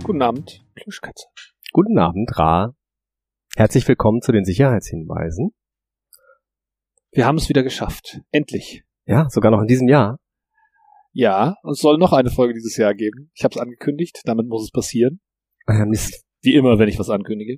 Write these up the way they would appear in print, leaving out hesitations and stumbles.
Guten Abend, Plüschkatze. Guten Abend, Ra. Herzlich willkommen zu den Sicherheitshinweisen. Wir haben es wieder geschafft. Endlich. Ja, sogar noch in diesem Jahr. Ja, es soll noch eine Folge dieses Jahr geben. Ich habe es angekündigt, damit muss es passieren. Mist. Wie immer, wenn ich was ankündige.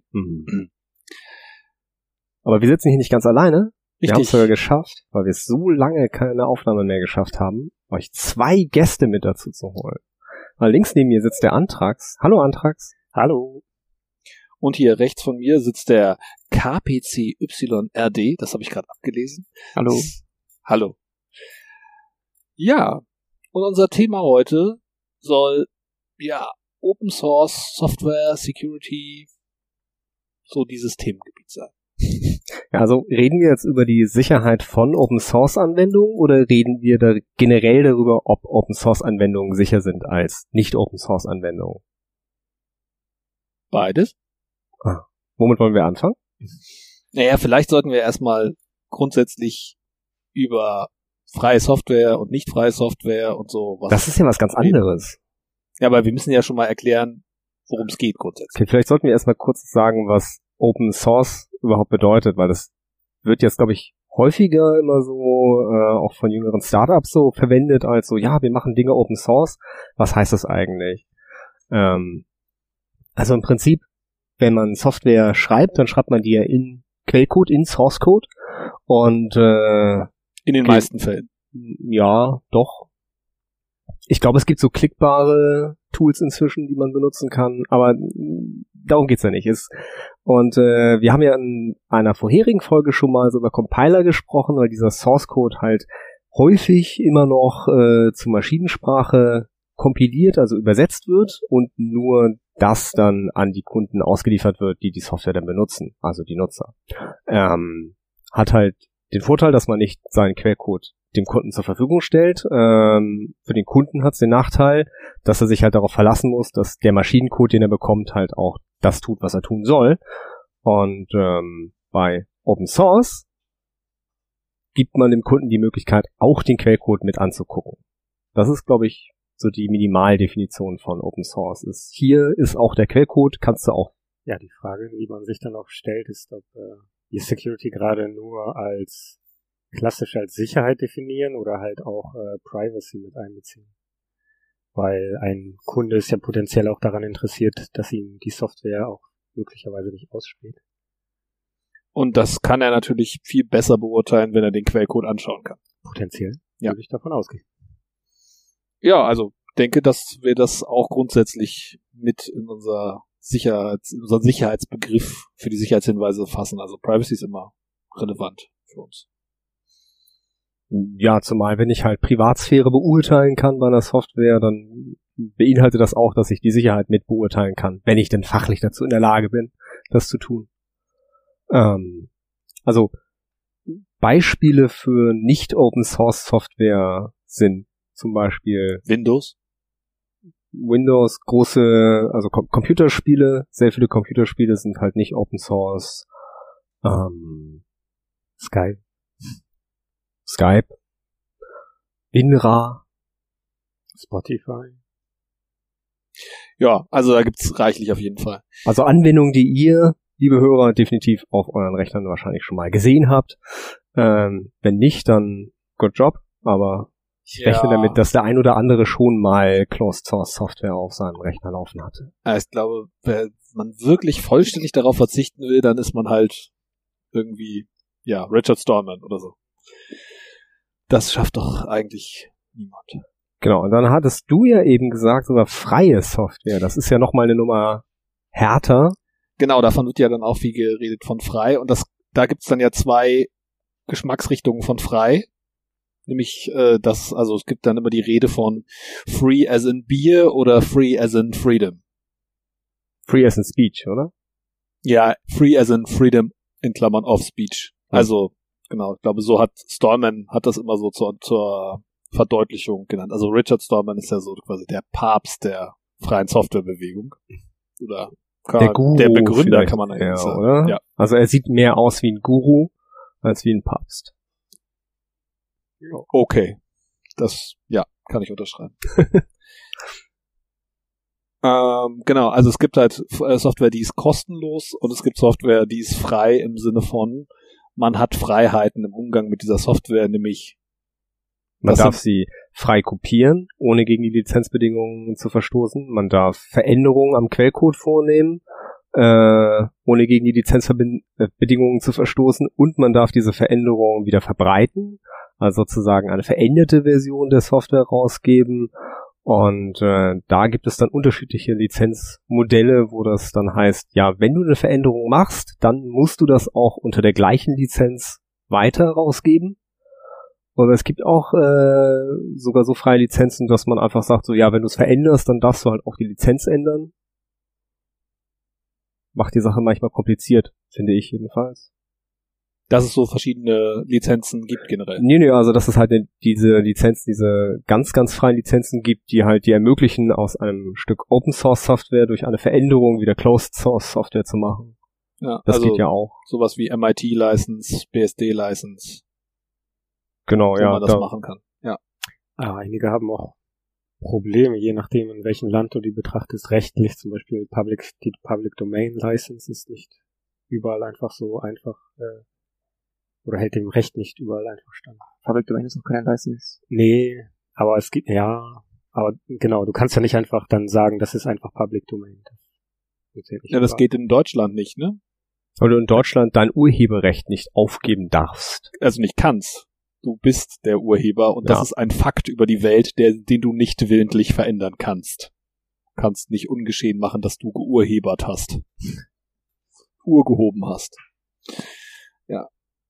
Aber wir sitzen hier nicht ganz alleine. Wir haben es Richtig. sogar geschafft, weil wir es so lange keine Aufnahme mehr geschafft haben, euch 2 Gäste mit dazu zu holen. Weil links neben mir sitzt der Antrax. Hallo Antrax. Hallo. Und hier rechts von mir sitzt der KPCYRD. Das habe ich gerade abgelesen. Hallo. Hallo. Ja, und unser Thema heute soll, Open Source, Software, Security, so dieses Themengebiet sein. Ja, also reden wir jetzt über die Sicherheit von Open Source Anwendungen oder reden wir da generell darüber, ob Open Source Anwendungen sicher sind als nicht Open Source Anwendungen? Beides. Womit wollen wir anfangen? Naja, vielleicht sollten wir erstmal grundsätzlich über freie Software und nicht freie Software und so was. Das ist ja was ganz anderes. Ja, aber wir müssen ja schon mal erklären, worum es geht grundsätzlich. Okay, vielleicht sollten wir erstmal kurz sagen, was Open Source überhaupt bedeutet, weil das wird jetzt, glaube ich, häufiger immer so, auch von jüngeren Startups so verwendet, als so, ja, wir machen Dinge Open Source. Was heißt das eigentlich? Also im Prinzip, wenn man Software schreibt, dann schreibt man die ja in Quellcode, in Source Code und In den meisten Fällen. ja, doch. Ich glaube, es gibt so klickbare Tools inzwischen, die man benutzen kann, aber darum geht's ja nicht. Und wir haben ja in einer vorherigen Folge schon mal so über Compiler gesprochen, weil dieser Source Code halt häufig immer noch zur Maschinensprache kompiliert, also übersetzt wird und nur das dann an die Kunden ausgeliefert wird, die die Software dann benutzen, also die Nutzer. Hat halt den Vorteil, dass man nicht seinen Quellcode dem Kunden zur Verfügung stellt. Für den Kunden hat es den Nachteil, dass er sich halt darauf verlassen muss, dass der Maschinencode, den er bekommt, halt auch das tut, was er tun soll. Und bei Open Source gibt man dem Kunden die Möglichkeit, auch den Quellcode mit anzugucken. Das ist, glaube ich, so die Minimaldefinition von Open Source. Hier ist auch der Quellcode, kannst du auch. Ja, die Frage, die man sich dann auch stellt, ist, ob die Security gerade nur als klassisch als Sicherheit definieren oder halt auch Privacy mit einbeziehen. Weil ein Kunde ist ja potenziell auch daran interessiert, dass ihm die Software auch möglicherweise nicht ausspäht. Und das kann er natürlich viel besser beurteilen, wenn er den Quellcode anschauen kann. Potenziell, Ja. würde ich davon ausgehen. Ja, also denke, dass wir das auch grundsätzlich mit in unseren Sicherheitsbegriff für die Sicherheitshinweise fassen. Also Privacy ist immer relevant für uns. Ja, zumal wenn ich halt Privatsphäre beurteilen kann bei einer Software, dann beinhaltet das auch, dass ich die Sicherheit mit beurteilen kann, wenn ich denn fachlich dazu in der Lage bin, das zu tun. Also Beispiele für nicht Open Source Software sind zum Beispiel Windows. große, also Computerspiele, sehr viele Computerspiele sind halt nicht Open Source. Skype, WinRAR, Spotify. Ja, also da gibt's reichlich auf jeden Fall. also Anwendungen, die ihr, liebe Hörer, definitiv auf euren Rechnern wahrscheinlich schon mal gesehen habt. Wenn nicht, dann good job, aber ich rechne damit, dass der ein oder andere schon mal Closed Source Software auf seinem Rechner laufen hatte. Ich glaube, wenn man wirklich vollständig darauf verzichten will, dann ist man halt irgendwie, Richard Stallman oder so. Das schafft doch eigentlich niemand. Genau, und dann hattest du ja eben gesagt, sogar freie Software. Das ist ja nochmal eine Nummer härter. Genau, davon wird ja dann auch viel geredet von frei. Und da gibt's dann ja 2 Geschmacksrichtungen von frei. Nämlich, es gibt dann immer die Rede von free as in Beer oder free as in freedom. Free as in Speech, oder? Ja, free as in freedom in Klammern of speech. Also, genau, ich glaube, so hat Stallman das immer so zur Verdeutlichung genannt. Also Richard Stallman ist ja so quasi der Papst der freien Softwarebewegung. Oder der Guru, der Begründer, kann man ja sagen. oder? Ja. Also er sieht mehr aus wie ein Guru als wie ein Papst. Okay. Das, kann ich unterschreiben. Genau, also es gibt halt Software, die ist kostenlos und es gibt Software, die ist frei im Sinne von, man hat Freiheiten im Umgang mit dieser Software, nämlich man darf sie frei kopieren, ohne gegen die Lizenzbedingungen zu verstoßen. Man darf Veränderungen am Quellcode vornehmen, ohne gegen die Lizenzbedingungen zu verstoßen. Und man darf diese Veränderungen wieder verbreiten, also sozusagen eine veränderte Version der Software rausgeben. Und da gibt es dann unterschiedliche Lizenzmodelle, wo das dann heißt, ja, wenn du eine Veränderung machst, dann musst du das auch unter der gleichen Lizenz weiter rausgeben. Aber es gibt auch sogar so freie Lizenzen, dass man einfach sagt, so ja, wenn du es veränderst, dann darfst du halt auch die Lizenz ändern. Macht die Sache manchmal kompliziert, finde ich jedenfalls. Dass es so verschiedene Lizenzen gibt generell. Nee, also dass es halt diese Lizenzen, diese ganz, ganz freien Lizenzen gibt, die halt dir ermöglichen, aus einem Stück Open Source Software durch eine Veränderung wieder Closed Source Software zu machen. Ja, das also geht ja auch. Sowas wie MIT License, BSD License. Genau, wo ja. man das machen kann. Ja. Aber einige haben auch Probleme, je nachdem, in welchem Land du die betrachtest, rechtlich. Zum Beispiel die Public Domain License ist nicht überall einfach so einfach, oder hält dem Recht nicht überall einfach stand. Public Domain ist noch keine License. Nee, aber es gibt, ja, aber genau, du kannst ja nicht einfach dann sagen, das ist einfach Public Domain. Das geht in Deutschland nicht, ne? Weil du in Deutschland dein Urheberrecht nicht aufgeben darfst. Also nicht kannst. Du bist der Urheber und das ist ein Fakt über die Welt, den du nicht willentlich verändern kannst. Du kannst nicht ungeschehen machen, dass du geurhebert hast. Urgehoben hast. Ja.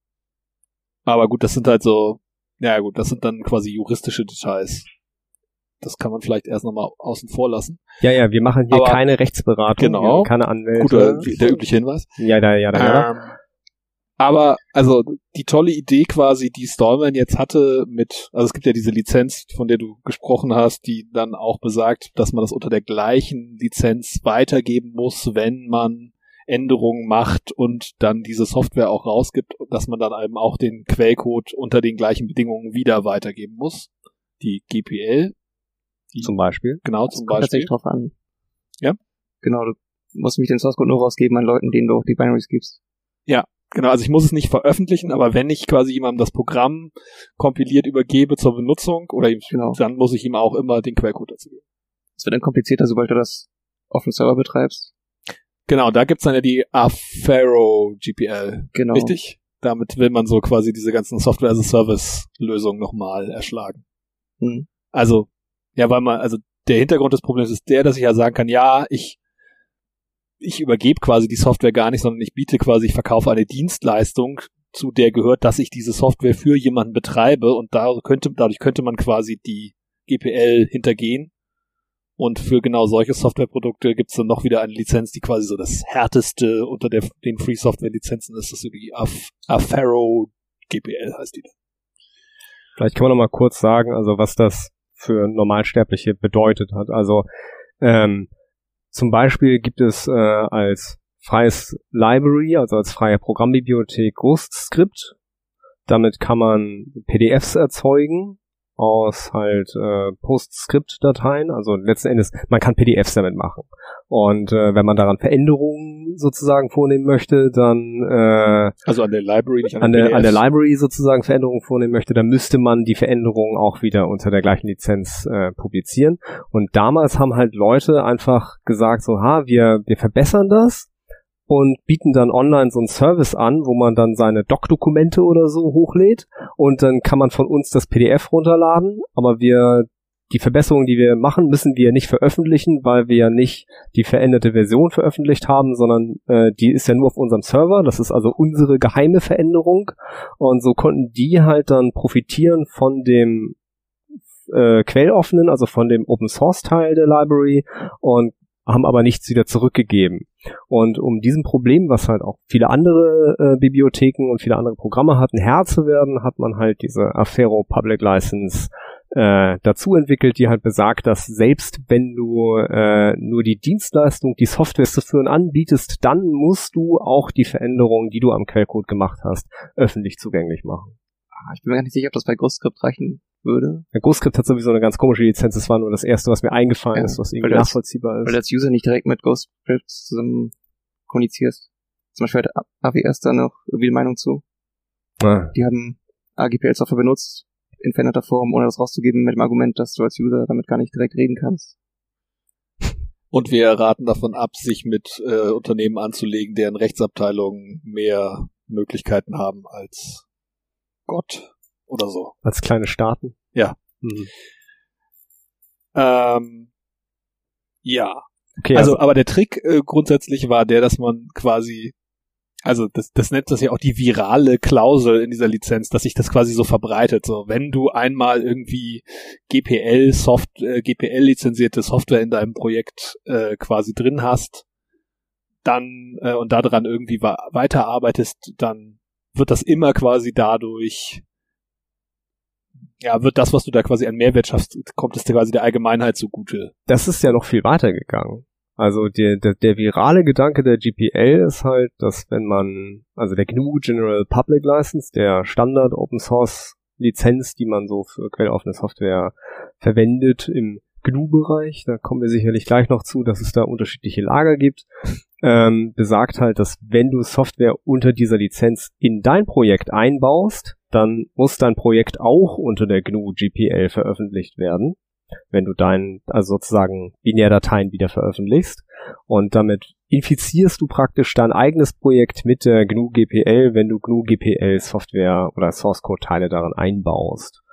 Aber gut, das sind halt so, ja gut, das sind dann quasi juristische Details. Das kann man vielleicht erst nochmal außen vor lassen. Ja, wir machen hier keine Rechtsberatung, genau, keine Anwälte. Gut, der übliche Hinweis. Ja. Aber, also, die tolle Idee quasi, die Stallman jetzt hatte also es gibt ja diese Lizenz, von der du gesprochen hast, die dann auch besagt, dass man das unter der gleichen Lizenz weitergeben muss, wenn man Änderungen macht und dann diese Software auch rausgibt, dass man dann eben auch den Quellcode unter den gleichen Bedingungen wieder weitergeben muss. Die GPL. Zum Beispiel. Genau, das kommt tatsächlich drauf an. Ja? Genau, du musst nicht den Source Code nur rausgeben an Leuten, denen du auch die Binaries gibst. Ja. Genau, also ich muss es nicht veröffentlichen, aber wenn ich quasi jemandem das Programm kompiliert übergebe zur Benutzung, dann muss ich ihm auch immer den Quellcode dazu geben. Es wird dann komplizierter, sobald du das auf dem Server betreibst. Genau, da gibt's dann ja die Affero GPL. Genau. Richtig? Damit will man so quasi diese ganzen Software-as-a-Service-Lösungen nochmal erschlagen. Mhm. Also, ja, also der Hintergrund des Problems ist der, dass ich ja sagen kann, ja, ich übergebe quasi die Software gar nicht, sondern ich verkaufe eine Dienstleistung, zu der gehört, dass ich diese Software für jemanden betreibe und dadurch könnte man quasi die GPL hintergehen und für genau solche Softwareprodukte gibt es dann noch wieder eine Lizenz, die quasi so das härteste unter den Free-Software-Lizenzen ist, das ist die Affero GPL heißt die. Vielleicht kann man noch mal kurz sagen, also was das für Normalsterbliche bedeutet hat. Also zum Beispiel gibt es als freies Library, also als freie Programmbibliothek Ghostscript. Damit kann man PDFs erzeugen aus halt PostScript-Dateien. Also letzten Endes, man kann PDFs damit machen. Und wenn man daran Veränderungen sozusagen vornehmen möchte, dann also an der Library, nicht an der Library sozusagen Veränderungen vornehmen möchte, dann müsste man die Veränderungen auch wieder unter der gleichen Lizenz publizieren. Und damals haben halt Leute einfach gesagt, so, wir verbessern das und bieten dann online so einen Service an, wo man dann seine Doc-Dokumente oder so hochlädt und dann kann man von uns das PDF runterladen, aber die Verbesserungen, die wir machen, müssen wir nicht veröffentlichen, weil wir ja nicht die veränderte Version veröffentlicht haben, sondern die ist ja nur auf unserem Server. Das ist also unsere geheime Veränderung. Und so konnten die halt dann profitieren von dem quelloffenen, also von dem Open-Source-Teil der Library und haben aber nichts wieder zurückgegeben. Und um diesem Problem, was halt auch viele andere Bibliotheken und viele andere Programme hatten, Herr zu werden, hat man halt diese Affero Public License dazu entwickelt, die halt besagt, dass selbst wenn du nur die Dienstleistung, die Software zu führen anbietest, dann musst du auch die Veränderungen, die du am Quellcode gemacht hast, öffentlich zugänglich machen. Ich bin mir gar nicht sicher, ob das bei GhostScript reichen würde. Der GhostScript hat sowieso eine ganz komische Lizenz. Das war nur das erste, was mir eingefallen ist, was irgendwie nachvollziehbar ist. Weil du als User nicht direkt mit GhostScript zusammen kommunizierst. Zum Beispiel hat AWS da noch irgendwie eine Meinung zu. Die haben AGPL-Software benutzt, in veränderter Form, ohne das rauszugeben, mit dem Argument, dass du als User damit gar nicht direkt reden kannst. Und wir raten davon ab, sich mit Unternehmen anzulegen, deren Rechtsabteilungen mehr Möglichkeiten haben als Gott oder so. Als kleine Staaten? Ja. Ja. Okay, also, aber der Trick grundsätzlich war der, dass man quasi, also das nennt das ja auch die virale Klausel in dieser Lizenz, dass sich das quasi so verbreitet. So, wenn du einmal irgendwie GPL-lizenzierte Software in deinem Projekt quasi drin hast, dann und daran irgendwie weiterarbeitest, dann wird das immer quasi dadurch, ja, wird das, was du da quasi an Mehrwert schaffst, kommt es dir quasi der Allgemeinheit zugute. Das ist ja noch viel weiter gegangen. Also der virale Gedanke der GPL ist halt, dass wenn man, also der GNU General Public License, der Standard Open Source Lizenz, die man so für quelloffene Software verwendet im GNU-Bereich, da kommen wir sicherlich gleich noch zu, dass es da unterschiedliche Lager gibt, besagt halt, dass wenn du Software unter dieser Lizenz in dein Projekt einbaust, dann muss dein Projekt auch unter der GNU GPL veröffentlicht werden, wenn du also sozusagen Binärdateien wieder veröffentlichst. Und damit infizierst du praktisch dein eigenes Projekt mit der GNU GPL, wenn du GNU GPL Software oder Source Code Teile daran einbaust.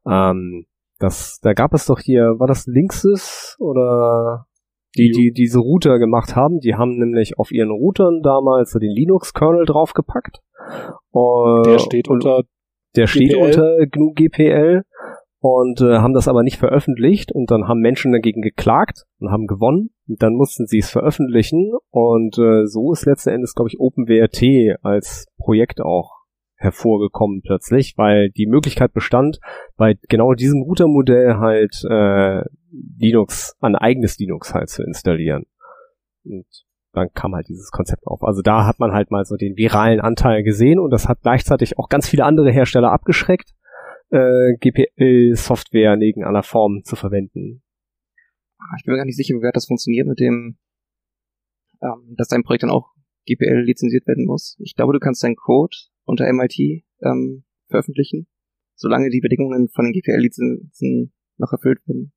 Da gab es doch hier, war das Linksys oder die diese Router gemacht haben? Die haben nämlich auf ihren Routern damals den Linux-Kernel draufgepackt. Der steht unter GNU GPL. Und haben das aber nicht veröffentlicht und dann haben Menschen dagegen geklagt und haben gewonnen und dann mussten sie es veröffentlichen und so ist letzten Endes, glaube ich, OpenWrt als Projekt auch hervorgekommen plötzlich, weil die Möglichkeit bestand, bei genau diesem Routermodell halt ein eigenes Linux halt zu installieren. Und dann kam halt dieses Konzept auf. Also da hat man halt mal so den viralen Anteil gesehen und das hat gleichzeitig auch ganz viele andere Hersteller abgeschreckt, GPL-Software in irgendeiner Form zu verwenden. Ich bin mir gar nicht sicher, wie das funktioniert mit dem, dass dein Projekt dann auch GPL lizenziert werden muss. Ich glaube, du kannst deinen Code unter MIT veröffentlichen, solange die Bedingungen von den GPL-Lizenzen noch erfüllt werden.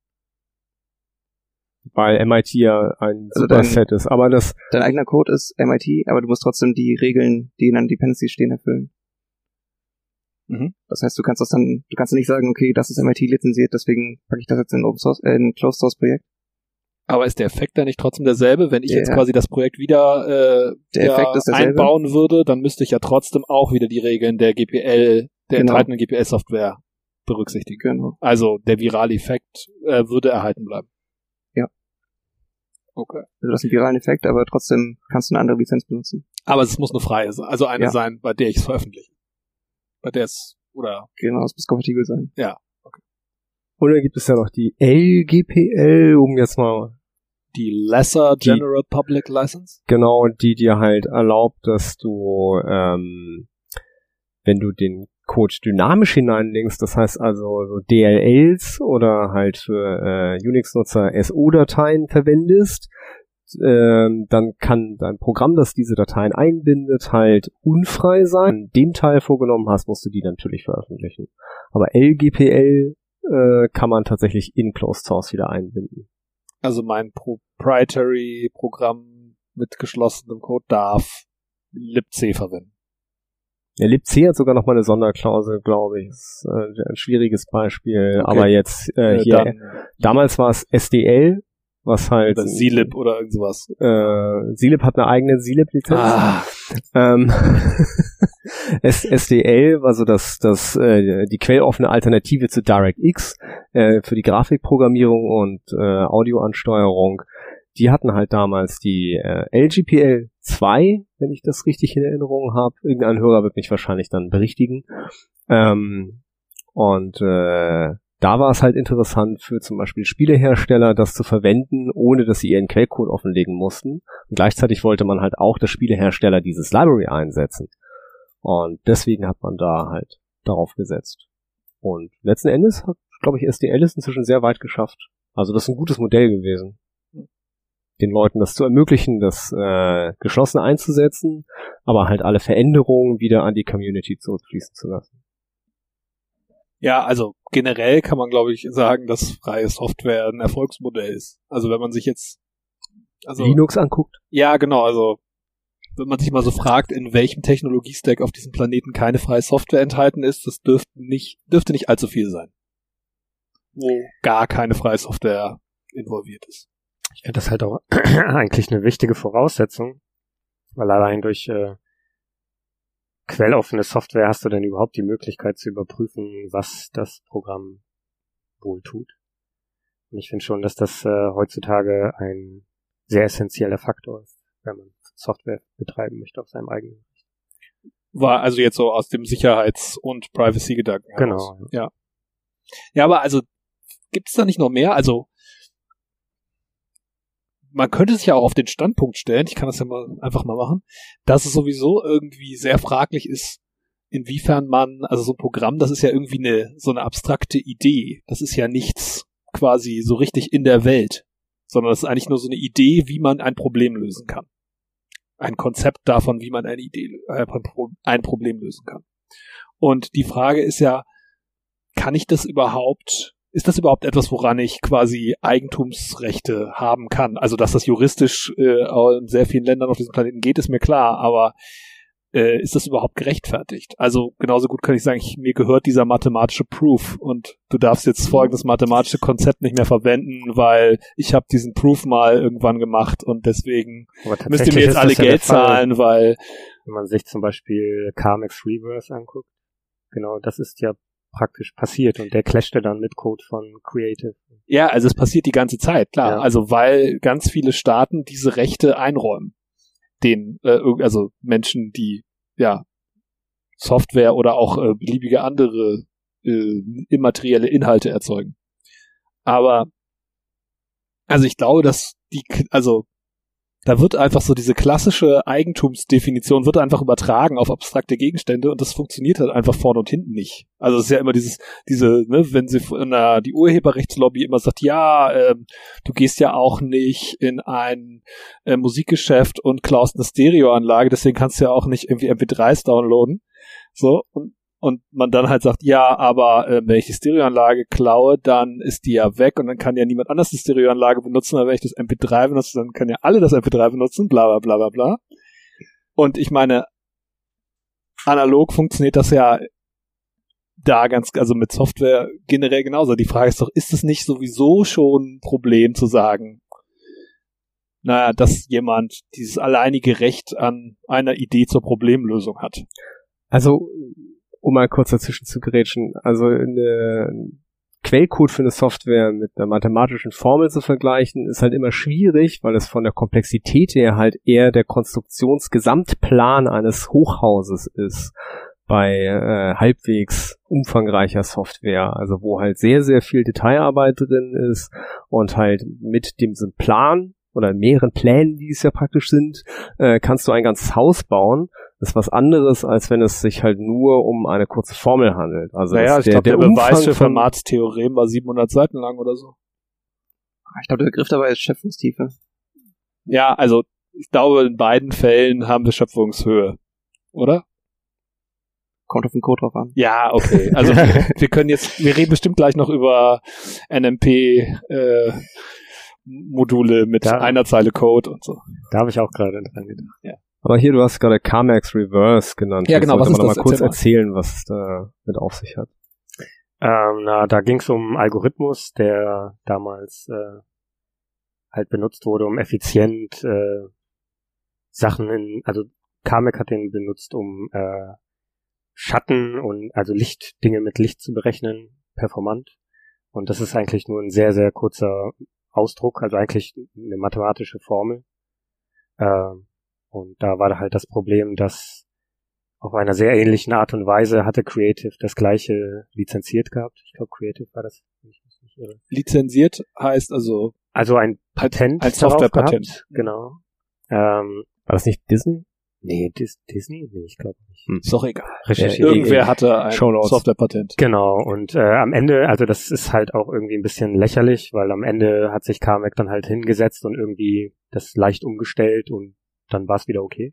Weil MIT ja ein Superset ist, aber dein eigener Code ist MIT, aber du musst trotzdem die Regeln, die in den Dependencies stehen, erfüllen. Das heißt, du kannst nicht sagen, okay, das ist MIT lizenziert, deswegen packe ich das jetzt in ein Closed Source Projekt. Aber ist der Effekt dann nicht trotzdem derselbe? Wenn ich jetzt quasi das Projekt wieder einbauen würde, dann müsste ich ja trotzdem auch wieder die Regeln der GPL, der enthaltenen GPL-Software berücksichtigen. Genau. Also der virale Effekt würde erhalten bleiben. Ja. Okay. Also du hast einen viralen Effekt, aber trotzdem kannst du eine andere Lizenz benutzen. Aber es muss eine freie sein, also eine sein, bei der ich es veröffentliche. Bei der es, oder? Genau, es muss kompatibel sein. Ja, okay. Und dann gibt es ja noch die LGPL, um jetzt mal die Lesser General Public License? Genau, die dir halt erlaubt, dass du, wenn du den Code dynamisch hineinlegst, das heißt also so DLLs oder halt für Unix-Nutzer SO-Dateien verwendest, dann kann dein Programm, das diese Dateien einbindet, halt unfrei sein. Wenn du dem Teil vorgenommen hast, musst du die natürlich veröffentlichen. Aber LGPL kann man tatsächlich in Closed Source wieder einbinden. Also mein Proprietary-Programm mit geschlossenem Code darf libc verwenden. Ja, libc hat sogar noch mal eine Sonderklausel, glaube ich. Das ist ein schwieriges Beispiel. Okay. Aber jetzt hier, damals war es SDL, was halt... Oder zlib oder irgend sowas. zlib hat eine eigene zlib-Lizenz. SDL war so die quelloffene Alternative zu DirectX für die Grafikprogrammierung und Audioansteuerung. Die hatten halt damals die LGPL 2, wenn ich das richtig in Erinnerung habe. Irgendein Hörer wird mich wahrscheinlich dann berichtigen. Da war es halt interessant für zum Beispiel Spielehersteller, das zu verwenden, ohne dass sie ihren Quellcode offenlegen mussten. Und gleichzeitig wollte man halt auch, dass Spielehersteller dieses Library einsetzen. Und deswegen hat man da halt darauf gesetzt. Und letzten Endes hat, glaube ich, SDL es inzwischen sehr weit geschafft. Also das ist ein gutes Modell gewesen, den Leuten das zu ermöglichen, das geschlossen einzusetzen, aber halt alle Veränderungen wieder an die Community zurückfließen zu lassen. Ja, also generell kann man, glaube ich, sagen, dass freie Software ein Erfolgsmodell ist. Also wenn man sich jetzt Linux anguckt? Ja, genau, also wenn man sich mal so fragt, in welchem Technologiestack auf diesem Planeten keine freie Software enthalten ist, das dürfte nicht allzu viel sein, wo gar keine freie Software involviert ist. Ich finde das halt auch eigentlich eine wichtige Voraussetzung, weil allein durch quelloffene Software hast du dann überhaupt die Möglichkeit zu überprüfen, was das Programm wohl tut. Und ich finde schon, dass das heutzutage ein sehr essentieller Faktor ist, wenn man Software betreiben möchte auf seinem eigenen. War also jetzt so aus dem Sicherheits- und Privacy-Gedanken heraus. Genau. Ja. Ja, aber also gibt's da nicht noch mehr? Also man könnte sich ja auch auf den Standpunkt stellen, ich kann das ja mal einfach mal machen, dass es sowieso irgendwie sehr fraglich ist, inwiefern man, also so ein Programm, das ist ja irgendwie so eine abstrakte Idee. Das ist ja nichts quasi so richtig in der Welt, sondern das ist eigentlich nur so eine Idee, wie man ein Problem lösen kann. Ein Konzept davon, wie man ein Problem lösen kann. Und die Frage ist ja, ist das überhaupt etwas, woran ich quasi Eigentumsrechte haben kann? Also, dass das juristisch in sehr vielen Ländern auf diesem Planeten geht, ist mir klar, aber ist das überhaupt gerechtfertigt? Also, genauso gut kann ich sagen, mir gehört dieser mathematische Proof und du darfst jetzt folgendes mathematische Konzept nicht mehr verwenden, weil ich habe diesen Proof mal irgendwann gemacht und deswegen müsst ihr mir jetzt alle Geld zahlen, weil... Wenn man sich zum Beispiel Carmex Reverse anguckt, genau, das ist ja praktisch passiert und der clashte dann mit Code von Creative. Ja, also es passiert die ganze Zeit, klar. Ja. Also weil ganz viele Staaten diese Rechte einräumen. Also Menschen, die ja Software oder auch beliebige andere immaterielle Inhalte erzeugen. Aber also ich glaube, dass da wird einfach so diese klassische Eigentumsdefinition wird einfach übertragen auf abstrakte Gegenstände und das funktioniert halt einfach vorne und hinten nicht. Also es ist ja immer wenn sie die Urheberrechtslobby immer sagt, ja, du gehst ja auch nicht in ein Musikgeschäft und klaust eine Stereoanlage, deswegen kannst du ja auch nicht irgendwie MP3s downloaden. So, und man dann halt sagt, ja, aber wenn ich die Stereoanlage klaue, dann ist die ja weg und dann kann ja niemand anders die Stereoanlage benutzen, aber wenn ich das MP3 benutze, dann können ja alle das MP3 benutzen, bla bla bla bla bla. Und ich meine, analog funktioniert das ja da also mit Software generell genauso. Die Frage ist doch, ist es nicht sowieso schon ein Problem zu sagen, dass jemand dieses alleinige Recht an einer Idee zur Problemlösung hat? Also um mal kurz dazwischen zu grätschen, also ein Quellcode für eine Software mit einer mathematischen Formel zu vergleichen, ist halt immer schwierig, weil es von der Komplexität her halt eher der Konstruktionsgesamtplan eines Hochhauses ist bei halbwegs umfangreicher Software, also wo halt sehr, sehr viel Detailarbeit drin ist und halt mit diesem Plan oder mehreren Plänen, die es ja praktisch sind, kannst du ein ganzes Haus bauen. Das ist was anderes, als wenn es sich halt nur um eine kurze Formel handelt. Also ich glaube, der Beweis für Fermats Theorem war 700 Seiten lang oder so. Ich glaube, der Begriff dabei ist Schöpfungstiefe. Ja, also ich glaube, in beiden Fällen haben wir Schöpfungshöhe, oder? Kommt auf den Code drauf an. Ja, okay. Also wir reden bestimmt gleich noch über NMP Module mit einer Zeile Code und so. Da habe ich auch gerade dran gedacht. Ja. Aber hier, du hast gerade Carmex Reverse genannt. Ja, genau. Was ist das? Mal kurz erzählen, was es da mit auf sich hat. Da ging es um einen Algorithmus, der damals halt benutzt wurde, um effizient also Carmex hat den benutzt, um Schatten und also Dinge mit Licht zu berechnen, performant. Und das ist eigentlich nur ein sehr, sehr kurzer Ausdruck, also eigentlich eine mathematische Formel. Und da war halt das Problem, dass auf einer sehr ähnlichen Art und Weise hatte Creative das gleiche lizenziert gehabt. Ich glaube, Creative war das, wenn ich mich nicht irre. Lizenziert heißt also ein Patent. Ein Softwarepatent. Genau. War das nicht Disney? Nee, Disney? Nee, ich glaube nicht. Ist doch egal. Recherchiert. Irgendwer hatte ein Shownotes. Softwarepatent. Genau, und am Ende, also das ist halt auch irgendwie ein bisschen lächerlich, weil am Ende hat sich Carmack dann halt hingesetzt und irgendwie das leicht umgestellt und dann war es wieder okay.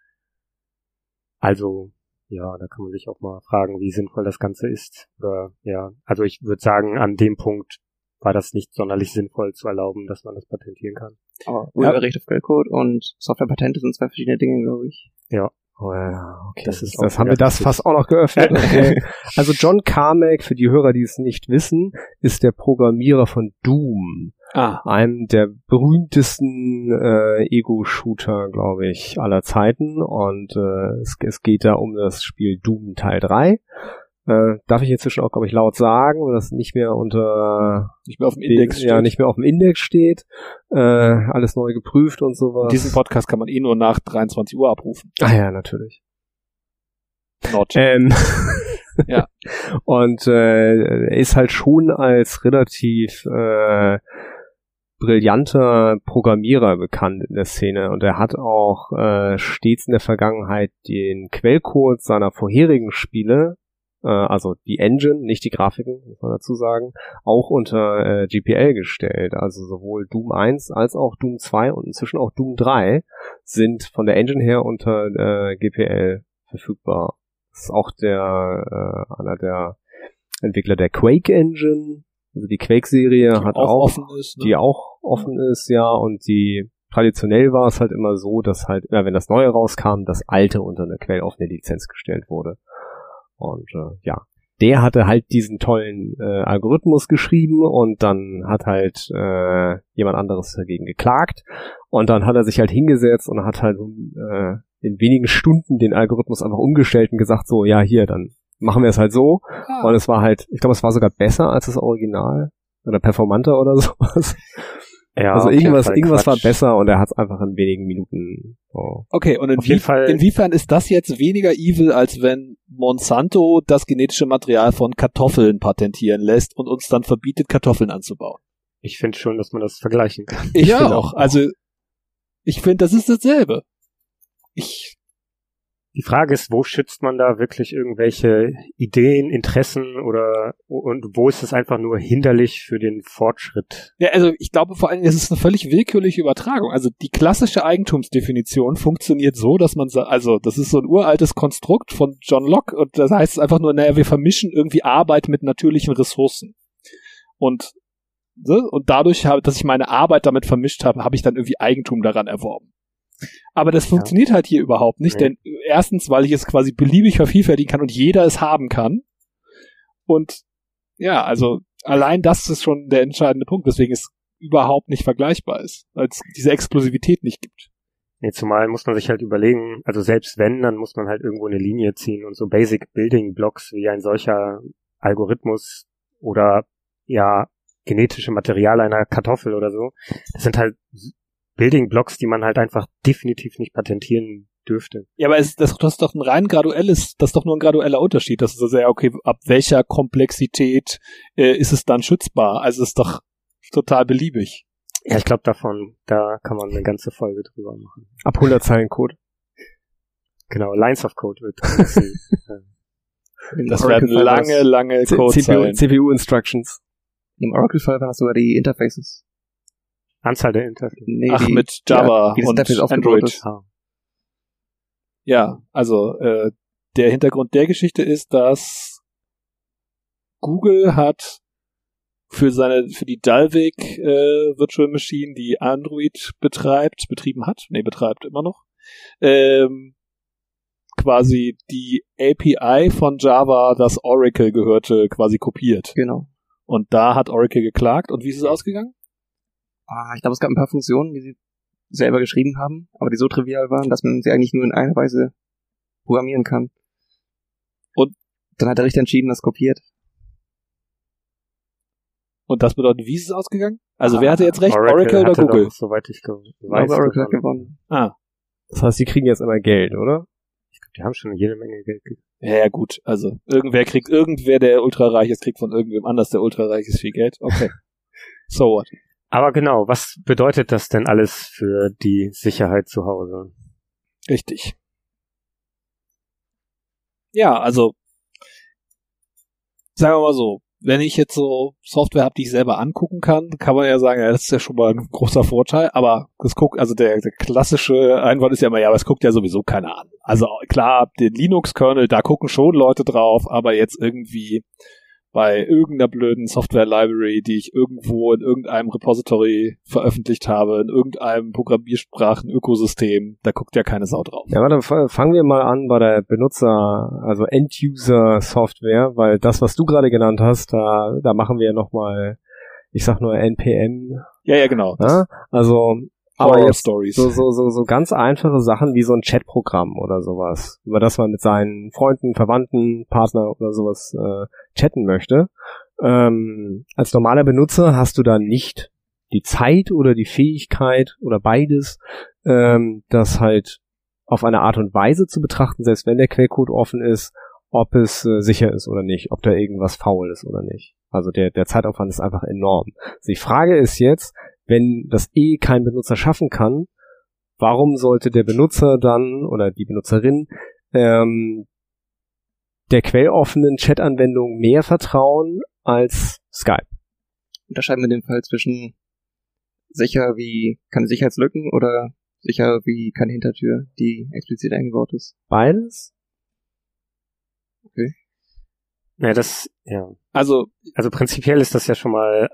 Also, ja, da kann man sich auch mal fragen, wie sinnvoll das Ganze ist. Oder, ja, also ich würde sagen, an dem Punkt war das nicht sonderlich sinnvoll zu erlauben, dass man das patentieren kann. Aber Urheberrecht auf Quellcode und Softwarepatente sind zwei verschiedene Dinge, glaube ich. Ja. Oh ja, okay. Das Haben wir das fast auch noch geöffnet. Okay. Also John Carmack, für die Hörer, die es nicht wissen, ist der Programmierer von Doom. Einem der berühmtesten Ego-Shooter, glaube ich, aller Zeiten. Und es geht da um das Spiel Doom Teil 3. Darf ich inzwischen auch, glaube ich, laut sagen, weil das nicht mehr auf dem Index steht. Ja, nicht mehr auf dem Index steht. Alles neu geprüft und sowas. Diesen Podcast kann man nur nach 23 Uhr abrufen. Ah ja, natürlich. Not. Ja. Und er ist halt schon als relativ brillanter Programmierer bekannt in der Szene. Und er hat auch stets in der Vergangenheit den Quellcode seiner vorherigen Spiele, also die Engine, nicht die Grafiken, muss man dazu sagen, auch unter GPL gestellt. Also sowohl Doom 1 als auch Doom 2 und inzwischen auch Doom 3 sind von der Engine her unter GPL verfügbar. Das ist auch einer der Entwickler der Quake Engine, also die Quake-Serie hat auch offen ist, ne? Die auch offen ist, ja, und traditionell war es halt immer so, dass halt, wenn das Neue rauskam, das Alte unter eine quelloffene Lizenz gestellt wurde. Und der hatte halt diesen tollen Algorithmus geschrieben und dann hat halt jemand anderes dagegen geklagt und dann hat er sich halt hingesetzt und hat halt in wenigen Stunden den Algorithmus einfach umgestellt und gesagt, so, ja, hier, dann machen wir es halt so. Und es war halt, ich glaube, es war sogar besser als das Original oder performanter oder sowas. Ja, also irgendwas war besser und er hat es einfach in wenigen Minuten. Oh. Okay, und inwiefern ist das jetzt weniger evil, als wenn Monsanto das genetische Material von Kartoffeln patentieren lässt und uns dann verbietet, Kartoffeln anzubauen? Ich finde schon, dass man das vergleichen kann. Ich finde auch. Also ich finde, das ist dasselbe. Die Frage ist, wo schützt man da wirklich irgendwelche Ideen, Interessen und wo ist es einfach nur hinderlich für den Fortschritt? Ja, also ich glaube vor allem, es ist eine völlig willkürliche Übertragung. Also die klassische Eigentumsdefinition funktioniert so, dass man also das ist so ein uraltes Konstrukt von John Locke und das heißt einfach nur, wir vermischen irgendwie Arbeit mit natürlichen Ressourcen. Und dadurch, dass ich meine Arbeit damit vermischt habe, habe ich dann irgendwie Eigentum daran erworben. Aber das funktioniert halt hier überhaupt nicht, denn erstens, weil ich es quasi beliebig vervielfältigen kann und jeder es haben kann. Und ja, also allein das ist schon der entscheidende Punkt, weswegen es überhaupt nicht vergleichbar ist, weil es diese Exklusivität nicht gibt. Nee, zumal muss man sich halt überlegen, also selbst wenn, dann muss man halt irgendwo eine Linie ziehen und so Basic Building Blocks wie ein solcher Algorithmus oder genetische Material einer Kartoffel oder so, das sind halt Building Blocks, die man halt einfach definitiv nicht patentieren dürfte. Ja, aber das ist doch nur ein gradueller Unterschied. Das ist also okay, ab welcher Komplexität ist es dann schützbar? Also ist doch total beliebig. Ja, ich glaube da kann man eine ganze Folge drüber machen. Ab 100 Zeilen Code. Genau, Lines of Code wird das werden lange Codezeilen. CPU-Instructions. Im Oracle-Fall waren das sogar die Interfaces. Anzahl der Interfaces. Nee, mit Java und Android. Ja, also der Hintergrund der Geschichte ist, dass Google hat für die Dalvik Virtual Machine, die Android betreibt immer noch, quasi die API von Java, das Oracle gehörte, quasi kopiert. Genau. Und da hat Oracle geklagt. Und wie ist es ausgegangen? Ich glaube, es gab ein paar Funktionen, die sie selber geschrieben haben, aber die so trivial waren, dass man sie eigentlich nur in einer Weise programmieren kann. Und dann hat der Richter entschieden, das kopiert. Und das bedeutet, wie ist es ausgegangen? Also wer hatte jetzt recht, Oracle oder Google? Doch, soweit ich weiß, Oracle hat gewonnen. Das heißt, die kriegen jetzt immer Geld, oder? Ich glaube, die haben schon jede Menge Geld gekriegt. Ja, gut, also irgendwer, der ultrareich ist, kriegt von irgendwem anders, der ultrareich ist, viel Geld. Okay. So what? Aber genau, was bedeutet das denn alles für die Sicherheit zu Hause? Richtig. Ja, also sagen wir mal so, wenn ich jetzt so Software habe, die ich selber angucken kann man ja sagen, ja, das ist ja schon mal ein großer Vorteil, aber das guckt, also der klassische Einwand ist ja immer, ja, aber es guckt ja sowieso keiner an. Also klar, den Linux-Kernel, da gucken schon Leute drauf, aber jetzt irgendwie bei irgendeiner blöden Software-Library, die ich irgendwo in irgendeinem Repository veröffentlicht habe, in irgendeinem Programmiersprachen-Ökosystem, da guckt ja keine Sau drauf. Ja, warte, fangen wir mal an bei der also End-User-Software, weil das, was du gerade genannt hast, da machen wir nochmal, ich sag nur NPM. Ja, genau. Ja? Also, aber jetzt Stories. so ganz einfache Sachen wie so ein Chatprogramm oder sowas, über das man mit seinen Freunden, Verwandten, Partner oder sowas chatten möchte. Als normaler Benutzer hast du da nicht die Zeit oder die Fähigkeit oder beides, das halt auf eine Art und Weise zu betrachten, selbst wenn der Quellcode offen ist, ob es sicher ist oder nicht, ob da irgendwas faul ist oder nicht. Also der Zeitaufwand ist einfach enorm. Also die Frage ist jetzt, wenn das kein Benutzer schaffen kann, warum sollte der Benutzer dann oder die Benutzerin der quelloffenen Chat-Anwendung mehr vertrauen als Skype? Unterscheiden wir in dem Fall zwischen sicher wie keine Sicherheitslücken oder sicher wie keine Hintertür, die explizit eingebaut ist? Beides? Okay. Ja. Also prinzipiell ist das ja schon mal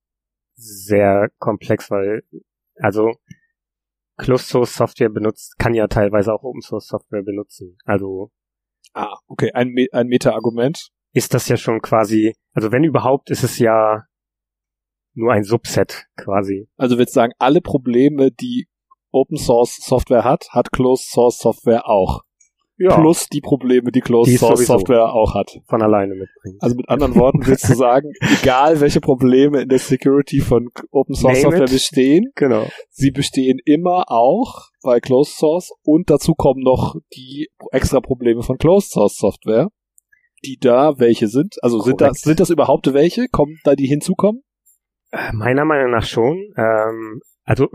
sehr komplex, weil, also, Closed Source Software kann ja teilweise auch Open Source Software benutzen. Also. Okay, ein Meta-Argument. Ist das ja schon quasi, also wenn überhaupt, ist es ja nur ein Subset quasi. Also willst du sagen, alle Probleme, die Open Source Software hat Closed Source Software auch. Ja. Plus die Probleme, die Closed Source Software auch hat. Von alleine mitbringt. Also mit anderen Worten willst du sagen, egal welche Probleme in der Security von Open Source Software bestehen, genau. Sie bestehen immer auch bei Closed Source und dazu kommen noch die extra Probleme von Closed Source Software, die da welche sind. Also sind das überhaupt welche? Kommen da die hinzukommen? Meiner Meinung nach schon. Also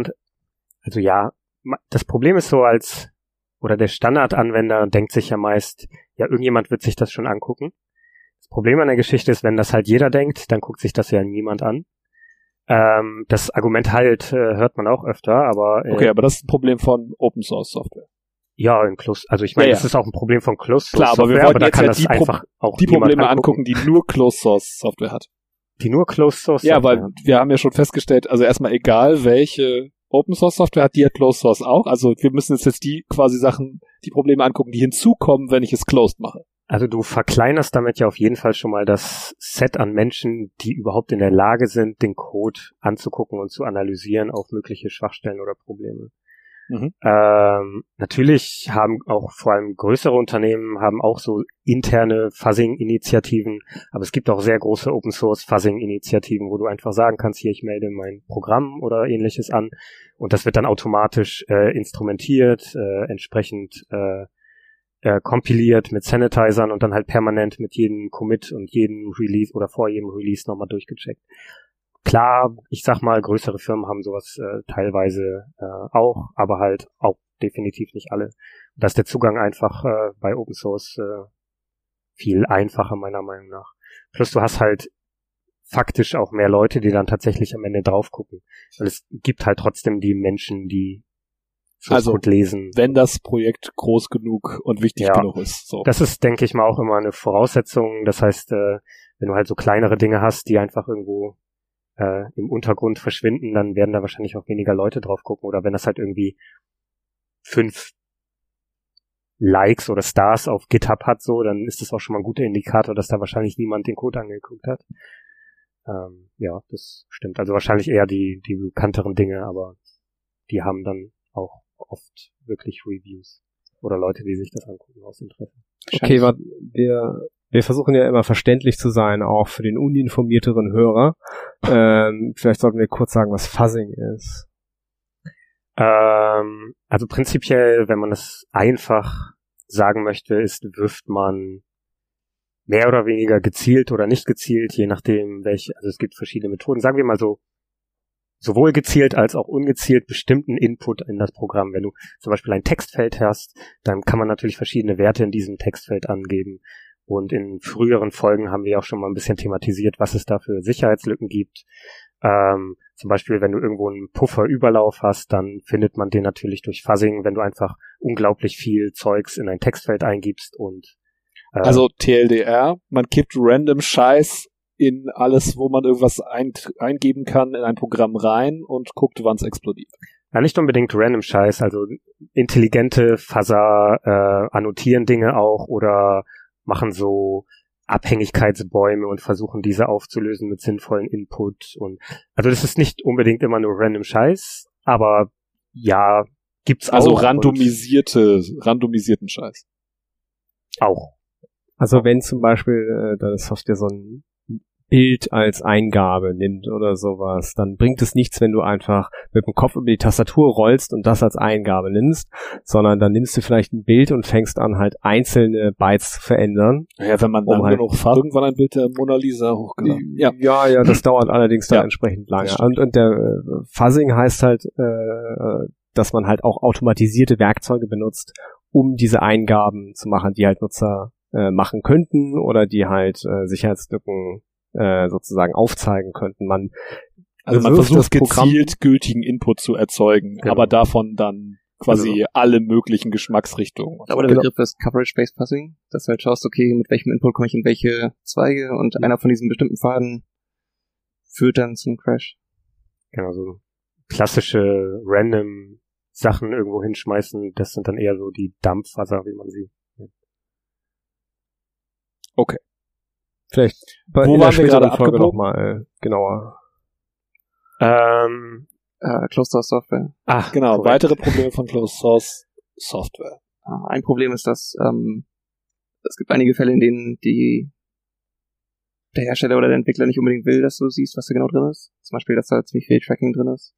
das Problem ist so oder der Standardanwender denkt sich ja meist, ja, irgendjemand wird sich das schon angucken. Das Problem an der Geschichte ist, wenn das halt jeder denkt, dann guckt sich das ja niemand an. Das Argument halt hört man auch öfter, aber... okay, aber das ist ein Problem von Open Source Software. Ja, also ich meine, das ist auch ein Problem von Closed Source Software. Klar, aber wir wollten jetzt ja die Probleme angucken, die nur Closed Source Software hat. Die nur Closed Source Software. Ja, weil wir haben ja schon festgestellt, also erstmal egal welche Open Source Software hat, die hat Closed Source auch. Also wir müssen jetzt die quasi die Probleme angucken, die hinzukommen, wenn ich es closed mache. Also du verkleinerst damit ja auf jeden Fall schon mal das Set an Menschen, die überhaupt in der Lage sind, den Code anzugucken und zu analysieren auf mögliche Schwachstellen oder Probleme. Mhm. Natürlich haben auch vor allem größere Unternehmen haben auch so interne Fuzzing-Initiativen, aber es gibt auch sehr große Open-Source-Fuzzing-Initiativen, wo du einfach sagen kannst, hier, ich melde mein Programm oder ähnliches an und das wird dann automatisch instrumentiert, entsprechend kompiliert mit Sanitizern und dann halt permanent mit jedem Commit und jedem Release oder vor jedem Release nochmal durchgecheckt. Klar, ich sag mal, größere Firmen haben sowas teilweise auch, aber halt auch definitiv nicht alle. Da ist der Zugang einfach bei Open Source viel einfacher, meiner Meinung nach. Plus du hast halt faktisch auch mehr Leute, die dann tatsächlich am Ende drauf gucken. Weil es gibt halt trotzdem die Menschen, die gut lesen. Wenn das Projekt groß genug und wichtig genug ist. So. Das ist, denke ich mal, auch immer eine Voraussetzung. Das heißt, wenn du halt so kleinere Dinge hast, die einfach irgendwo im Untergrund verschwinden, dann werden da wahrscheinlich auch weniger Leute drauf gucken. Oder wenn das halt irgendwie 5 Likes oder Stars auf GitHub hat, so, dann ist das auch schon mal ein guter Indikator, dass da wahrscheinlich niemand den Code angeguckt hat. Ja, das stimmt. Also wahrscheinlich eher die bekannteren Dinge, aber die haben dann auch oft wirklich Reviews oder Leute, die sich das angucken aus Interesse. Okay, wir versuchen ja immer verständlich zu sein, auch für den uninformierteren Hörer. Vielleicht sollten wir kurz sagen, was Fuzzing ist. Also prinzipiell, wenn man es einfach sagen möchte, wirft man mehr oder weniger gezielt oder nicht gezielt, je nachdem also es gibt verschiedene Methoden. Sagen wir mal so, sowohl gezielt als auch ungezielt bestimmten Input in das Programm. Wenn du zum Beispiel ein Textfeld hast, dann kann man natürlich verschiedene Werte in diesem Textfeld angeben. Und in früheren Folgen haben wir auch schon mal ein bisschen thematisiert, was es da für Sicherheitslücken gibt. Zum Beispiel, wenn du irgendwo einen Pufferüberlauf hast, dann findet man den natürlich durch Fuzzing, wenn du einfach unglaublich viel Zeugs in ein Textfeld eingibst und also TLDR, man kippt random Scheiß in alles, wo man irgendwas eingeben kann, in ein Programm rein und guckt, wann es explodiert. Ja, nicht unbedingt random Scheiß, also intelligente Fuzzer annotieren Dinge auch oder machen so Abhängigkeitsbäume und versuchen diese aufzulösen mit sinnvollen Input und also das ist nicht unbedingt immer nur random Scheiß, aber ja, gibt's auch. Also randomisierten Scheiß. Auch. Also wenn zum Beispiel deine Software so ein Bild als Eingabe nimmt oder sowas, dann bringt es nichts, wenn du einfach mit dem Kopf über die Tastatur rollst und das als Eingabe nimmst, sondern dann nimmst du vielleicht ein Bild und fängst an halt einzelne Bytes zu verändern. Ja, wenn man dann halt noch irgendwann ein Bild der Mona Lisa hochgeladen. Ja, das dauert allerdings dann entsprechend lange. Und der Fuzzing heißt halt, dass man halt auch automatisierte Werkzeuge benutzt, um diese Eingaben zu machen, die halt Nutzer machen könnten oder die halt Sicherheitslücken sozusagen aufzeigen könnten. Man versucht gezielt gültigen Input zu erzeugen, aber davon dann quasi alle möglichen Geschmacksrichtungen. Aber der Begriff ist Coverage-Based Fuzzing, dass du halt schaust, okay, mit welchem Input komme ich in welche Zweige und einer von diesen bestimmten Pfaden führt dann zum Crash. Genau, so klassische random Sachen irgendwo hinschmeißen, das sind dann eher so die Dump-Fuzzer, wie man sie nennt. Okay. Vielleicht wo waren wir gerade abgebogen? Noch mal genauer. Closed Source Software. Ach, genau. Korrekt. Weitere Probleme von Closed Source Software. Ein Problem ist, dass es gibt einige Fälle, in denen der Hersteller oder der Entwickler nicht unbedingt will, dass du siehst, was da genau drin ist. Zum Beispiel, dass da ziemlich viel Tracking drin ist.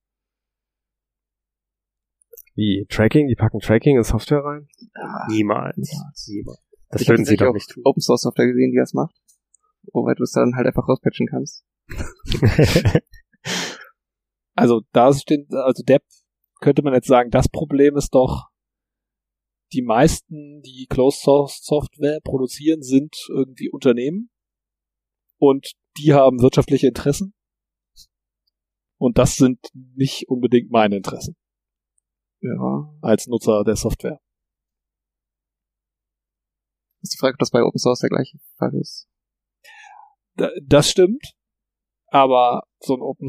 Wie? Tracking? Die packen Tracking in Software rein? Niemals. Das ich würden sie doch nicht tun. Open Source Software gesehen, die das macht. Wobei du es dann halt einfach rauspatchen kannst. Also könnte man jetzt sagen, das Problem ist doch, die meisten, die Closed Source Software produzieren, sind irgendwie Unternehmen und die haben wirtschaftliche Interessen und das sind nicht unbedingt meine Interessen. Ja. Als Nutzer der Software. Ist die Frage, ob das bei Open Source der gleiche Fall ist. Das stimmt, aber so ein Open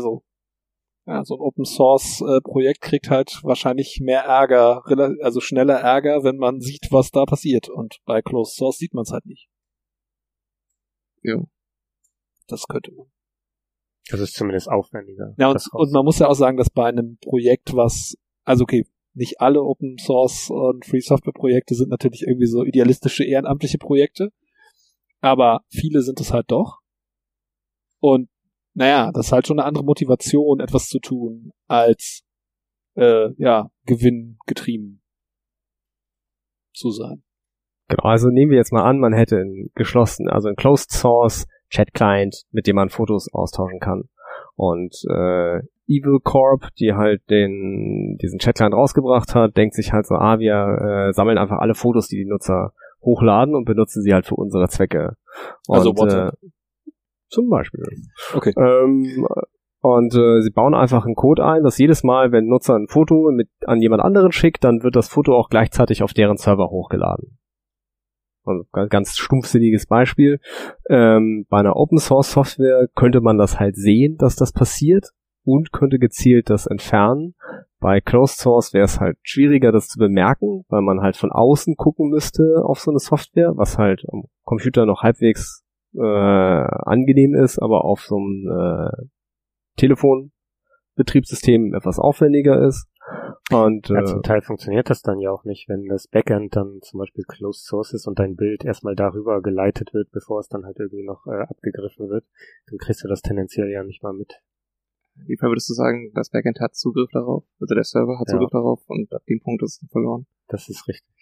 Source Projekt kriegt halt wahrscheinlich mehr Ärger, also schneller Ärger, wenn man sieht, was da passiert. Und bei Closed Source sieht man es halt nicht. Ja. Das könnte man. Das ist zumindest aufwendiger. Ja, und man muss ja auch sagen, dass bei einem Projekt, nicht alle Open Source und Free Software Projekte sind natürlich irgendwie so idealistische, ehrenamtliche Projekte. Aber viele sind es halt doch. Und das ist halt schon eine andere Motivation, etwas zu tun, als gewinngetrieben zu sein. Genau, also nehmen wir jetzt mal an, man hätte einen Closed Source Chat Client, mit dem man Fotos austauschen kann. Und Evil Corp, die halt diesen Chat Client rausgebracht hat, denkt sich halt so, wir sammeln einfach alle Fotos, die Nutzer hochladen und benutzen sie halt für unsere Zwecke. Und, also WhatsApp. Zum Beispiel. Okay. Sie bauen einfach einen Code ein, dass jedes Mal, wenn ein Nutzer ein Foto an jemand anderen schickt, dann wird das Foto auch gleichzeitig auf deren Server hochgeladen. Also ganz stumpfsinniges Beispiel. Bei einer Open Source Software könnte man das halt sehen, dass das passiert und könnte gezielt das entfernen. Bei Closed Source wäre es halt schwieriger, das zu bemerken, weil man halt von außen gucken müsste auf so eine Software, was halt am Computer noch halbwegs angenehm ist, aber auf so einem Telefonbetriebssystem etwas aufwendiger ist. Und zum Teil funktioniert das dann ja auch nicht, wenn das Backend dann zum Beispiel Closed Source ist und dein Bild erstmal darüber geleitet wird, bevor es dann halt irgendwie noch abgegriffen wird, dann kriegst du das tendenziell ja nicht mal mit. In dem Fall würdest du sagen, das Backend hat Zugriff darauf, also der Server hat Zugriff darauf und ab dem Punkt ist es verloren. Das ist richtig.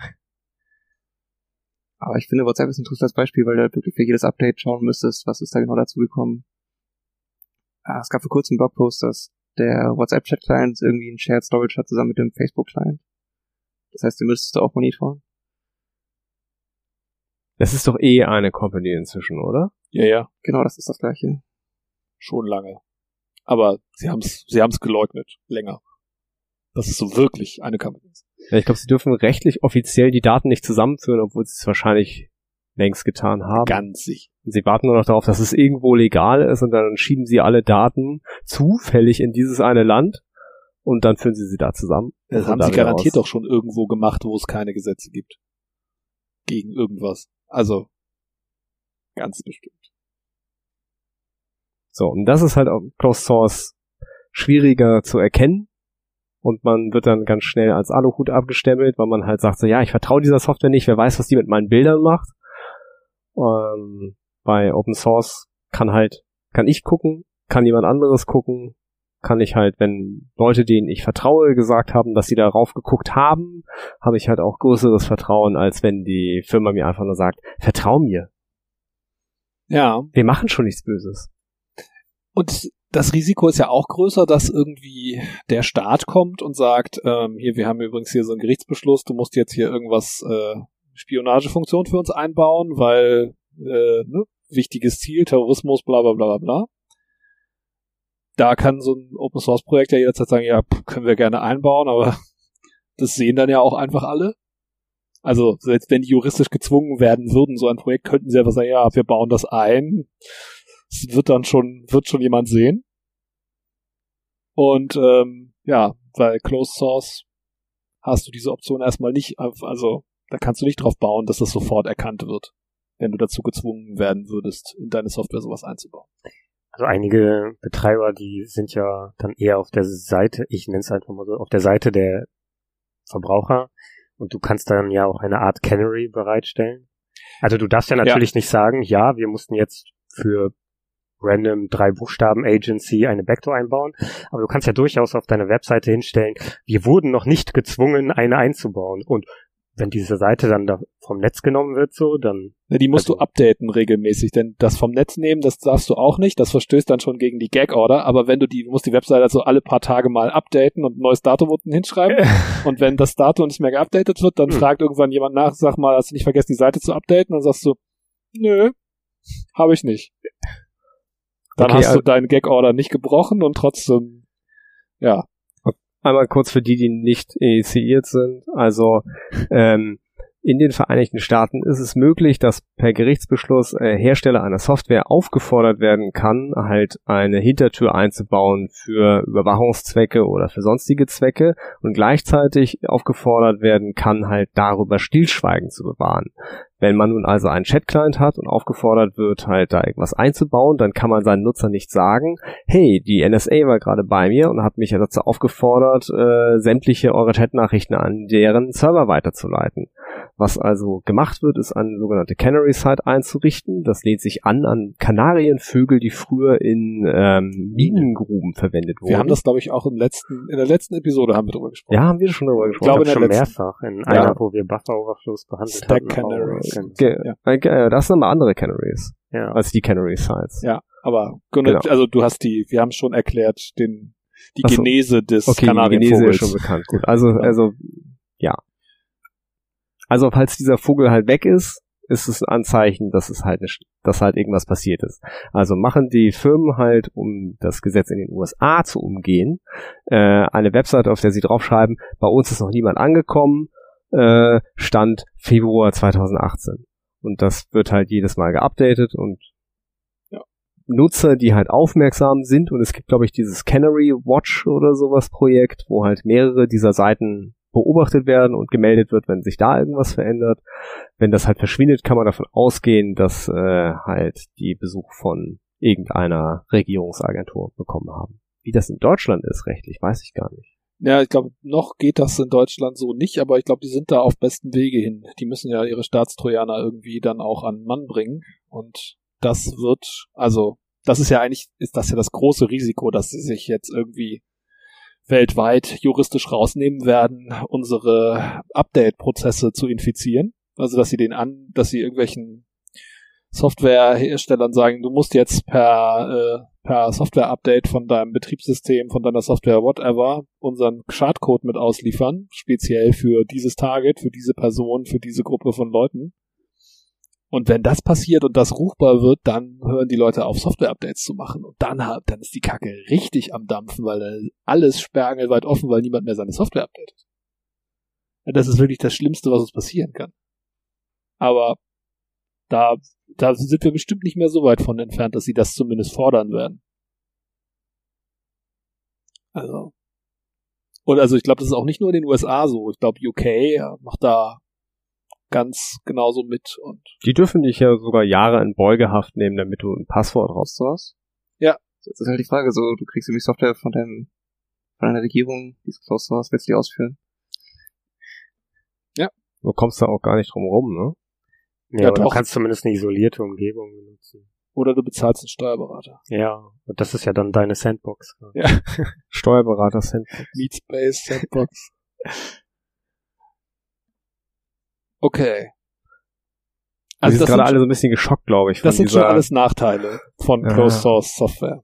Aber ich finde, WhatsApp ist ein interessantes Beispiel, weil du halt wirklich für jedes Update schauen müsstest, was ist da genau dazu gekommen. Es gab vor kurzem einen Blogpost, dass der WhatsApp-Chat-Client irgendwie ein Shared Storage hat zusammen mit dem Facebook-Client. Das heißt, den müsstest du auch monitoren. Das ist doch eh eine Company inzwischen, oder? Ja. Genau, das ist das Gleiche. Schon lange. Aber sie haben's geleugnet. Länger. Dass es so wirklich eine Company ist. Ja, ich glaube, sie dürfen rechtlich offiziell die Daten nicht zusammenführen, obwohl sie es wahrscheinlich längst getan haben. Ganz sicher. Sie warten nur noch darauf, dass es irgendwo legal ist und dann schieben sie alle Daten zufällig in dieses eine Land und dann führen sie da zusammen. Das haben sie garantiert doch schon irgendwo gemacht, wo es keine Gesetze gibt. Gegen irgendwas. Also, ganz bestimmt. So, und das ist halt auf Closed Source schwieriger zu erkennen und man wird dann ganz schnell als Aluhut abgestempelt, weil man halt sagt so, ja, ich vertraue dieser Software nicht, wer weiß, was die mit meinen Bildern macht. Bei Open Source kann ich gucken, kann jemand anderes gucken, kann ich halt, wenn Leute, denen ich vertraue, gesagt haben, dass sie darauf geguckt haben, habe ich halt auch größeres Vertrauen, als wenn die Firma mir einfach nur sagt, vertrau mir. Ja. Wir machen schon nichts Böses. Und das Risiko ist ja auch größer, dass irgendwie der Staat kommt und sagt, wir haben übrigens hier so einen Gerichtsbeschluss, du musst jetzt hier irgendwas Spionagefunktion für uns einbauen, weil wichtiges Ziel, Terrorismus, bla bla bla bla. Da kann so ein Open-Source-Projekt ja jederzeit sagen, ja, können wir gerne einbauen, aber das sehen dann ja auch einfach alle. Also selbst wenn die juristisch gezwungen werden würden, so ein Projekt, könnten sie einfach sagen, ja, wir bauen das ein. Es wird schon jemand sehen. Und bei Closed Source hast du diese Option erstmal nicht, also da kannst du nicht drauf bauen, dass das sofort erkannt wird, wenn du dazu gezwungen werden würdest, in deine Software sowas einzubauen. Also einige Betreiber, die sind ja dann eher auf der Seite, ich nenne es einfach mal so, auf der Seite der Verbraucher und du kannst dann ja auch eine Art Canary bereitstellen. Also du darfst ja natürlich nicht sagen, ja, wir mussten jetzt für random 3-Buchstaben-Agency eine Backdoor einbauen, aber du kannst ja durchaus auf deiner Webseite hinstellen, wir wurden noch nicht gezwungen, eine einzubauen und wenn diese Seite dann da vom Netz genommen wird, so, dann... Ja, die musst du updaten regelmäßig, denn das vom Netz nehmen, das darfst du auch nicht, das verstößt dann schon gegen die Gag-Order, aber wenn du musst die Webseite also alle paar Tage mal updaten und ein neues Datum unten hinschreiben und wenn das Datum nicht mehr geupdatet wird, dann fragt irgendwann jemand nach, sag mal, hast du nicht vergessen, die Seite zu updaten? Dann sagst du, nö, habe ich nicht. Dann hast du deinen Gag-Order nicht gebrochen und trotzdem, ja. Einmal kurz für die nicht initiiert sind. Also in den Vereinigten Staaten ist es möglich, dass per Gerichtsbeschluss Hersteller einer Software aufgefordert werden kann, halt eine Hintertür einzubauen für Überwachungszwecke oder für sonstige Zwecke und gleichzeitig aufgefordert werden kann, halt darüber Stillschweigen zu bewahren. Wenn man nun also einen Chat-Client hat und aufgefordert wird, halt da irgendwas einzubauen, dann kann man seinen Nutzer nicht sagen, hey, die NSA war gerade bei mir und hat mich dazu aufgefordert, sämtliche eure Chat-Nachrichten an deren Server weiterzuleiten. Was also gemacht wird, ist eine sogenannte Canary-Site einzurichten. Das lehnt sich an Kanarienvögel, die früher in Minengruben verwendet wurden. Wir haben das, glaube ich, auch in der letzten Episode haben wir drüber gesprochen. Ja, haben wir schon drüber gesprochen. Ich glaube schon mehrfach in einer, wo wir Buffer-Overflows behandelt Stack haben. Canaries. Das sind aber andere Canaries als die Canary-Sites. Ja, aber genau. Also wir haben schon erklärt, die Genese des Kanarienvogels. Die Genese ist schon bekannt. Gut, also ja. Also falls dieser Vogel halt weg ist es ein Anzeichen, dass dass halt irgendwas passiert ist. Also machen die Firmen halt, um das Gesetz in den USA zu umgehen, eine Website, auf der sie draufschreiben, bei uns ist noch niemand angekommen, Stand Februar 2018. Und das wird halt jedes Mal geupdatet und Nutzer, die halt aufmerksam sind, und es gibt, glaube ich, dieses Canary Watch oder sowas Projekt, wo halt mehrere dieser Seiten beobachtet werden und gemeldet wird, wenn sich da irgendwas verändert. Wenn das halt verschwindet, kann man davon ausgehen, dass halt die Besuch von irgendeiner Regierungsagentur bekommen haben. Wie das in Deutschland ist rechtlich, weiß ich gar nicht. Ja, ich glaube, noch geht das in Deutschland so nicht, aber ich glaube, die sind da auf bestem Wege hin. Die müssen ja ihre Staatstrojaner irgendwie dann auch an den Mann bringen und das ist ja das große Risiko, dass sie sich jetzt irgendwie weltweit juristisch rausnehmen werden, unsere Update-Prozesse zu infizieren. Also, dass sie irgendwelchen Softwareherstellern sagen, du musst jetzt per Software-Update von deinem Betriebssystem, von deiner Software, whatever, unseren Schadcode mit ausliefern, speziell für dieses Target, für diese Person, für diese Gruppe von Leuten. Und wenn das passiert und das ruchbar wird, dann hören die Leute auf, Software-Updates zu machen. Und dann ist die Kacke richtig am Dampfen, weil dann alles sperrangelweit offen, weil niemand mehr seine Software updatet. Ja, das ist wirklich das Schlimmste, was uns passieren kann. Aber da sind wir bestimmt nicht mehr so weit von entfernt, dass sie das zumindest fordern werden. Also ich glaube, das ist auch nicht nur in den USA so. Ich glaube, UK macht da ganz genauso mit. Und die dürfen dich ja sogar Jahre in Beugehaft nehmen, damit du ein Passwort rauszahlst. Ja. Das ist halt die Frage, so, du kriegst irgendwie Software von deiner Regierung, die ist Closed Source, willst du die ausführen? Ja. Du kommst da auch gar nicht drum rum, ne? Ja, du kannst zumindest eine isolierte Umgebung benutzen. Oder du bezahlst einen Steuerberater. Ja, und das ist ja dann deine Sandbox. Ja. Steuerberater Sandbox. Meatspace Sandbox. Okay. Also das sind gerade alle so ein bisschen geschockt, glaube ich. Das sind schon alles Nachteile von Closed Source Software.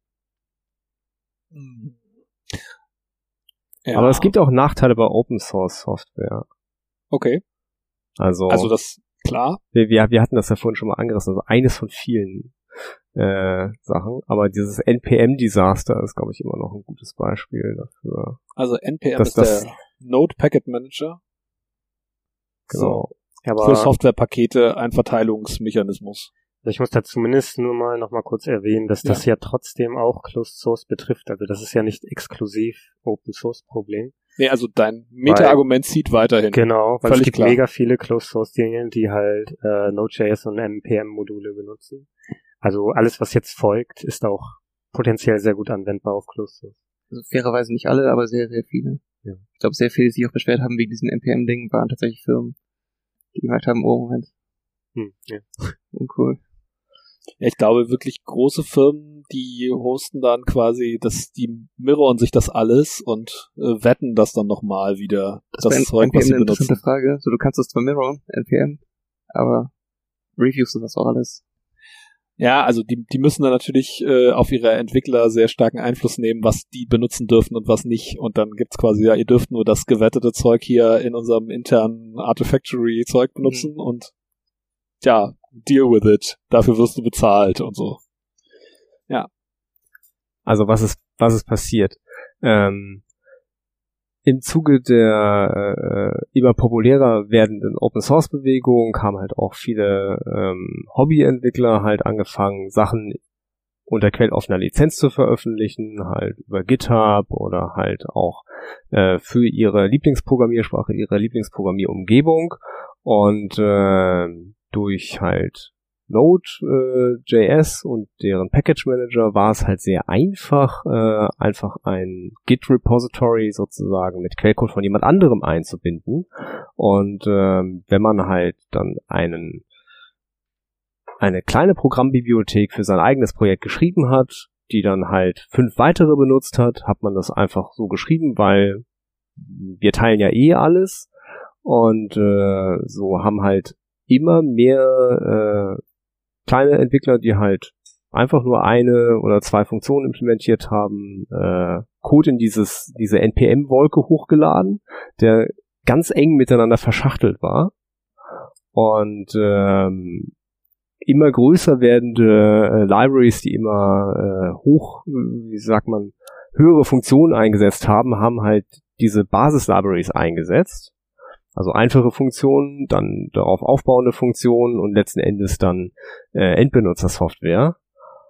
Ja. Aber es gibt auch Nachteile bei Open Source Software. Okay. Also das, klar. Wir hatten das ja vorhin schon mal angerissen, also eines von vielen Sachen, aber dieses NPM-Desaster ist, glaube ich, immer noch ein gutes Beispiel dafür. Also NPM ist der Node Packet Manager. Genau. So, für Softwarepakete ein Verteilungsmechanismus. Also ich muss da zumindest nur noch mal kurz erwähnen, dass das ja trotzdem auch Closed Source betrifft. Also das ist ja nicht exklusiv Open Source Problem. Nee, also dein Meta-Argument zieht weiterhin. Genau, weil völlig es gibt klar. mega viele Closed Source Dinge, die halt Node.js und NPM-Module benutzen. Also alles, was jetzt folgt, ist auch potenziell sehr gut anwendbar auf Closed Source. Also fairerweise nicht alle, aber sehr, sehr viele. Ja. Ich glaube, sehr viele, die sich auch beschwert haben wegen diesem NPM-Ding, waren tatsächlich Firmen, die gemerkt haben, oh Moment, uncool. Ja, ich glaube wirklich große Firmen, die hosten dann quasi, die mirrorn sich das alles und wetten das dann nochmal wieder. Das Zeug, was sie benutzen. Das ist eine interessante Frage. So, du kannst das zwar mirrorn, NPM, aber reviewst du das auch alles? Ja, also die müssen dann natürlich auf ihre Entwickler sehr starken Einfluss nehmen, was die benutzen dürfen und was nicht. Und dann gibt's quasi, ihr dürft nur das gewettete Zeug hier in unserem internen Artifactory-Zeug benutzen und deal with it. Dafür wirst du bezahlt und so. Ja. Also was ist passiert? Im Zuge der immer populärer werdenden Open-Source-Bewegung haben halt auch viele Hobbyentwickler halt angefangen, Sachen unter quelloffener Lizenz zu veröffentlichen, halt über GitHub oder halt auch für ihre Lieblingsprogrammiersprache, ihre Lieblingsprogrammierumgebung und durch halt Node.js und deren Package Manager war es halt sehr einfach, einfach ein Git-Repository sozusagen mit Quellcode von jemand anderem einzubinden. Und wenn man halt dann eine kleine Programmbibliothek für sein eigenes Projekt geschrieben hat, die dann halt 5 weitere benutzt hat man das einfach so geschrieben, weil wir teilen ja eh alles. Und so haben halt immer mehr kleine Entwickler, die halt einfach nur 1 oder 2 Funktionen implementiert haben, Code in diese NPM-Wolke hochgeladen, der ganz eng miteinander verschachtelt war. Und immer größer werdende Libraries, die immer höhere Funktionen eingesetzt haben halt diese Basis-Libraries eingesetzt. Also einfache Funktionen, dann darauf aufbauende Funktionen und letzten Endes dann Endbenutzersoftware.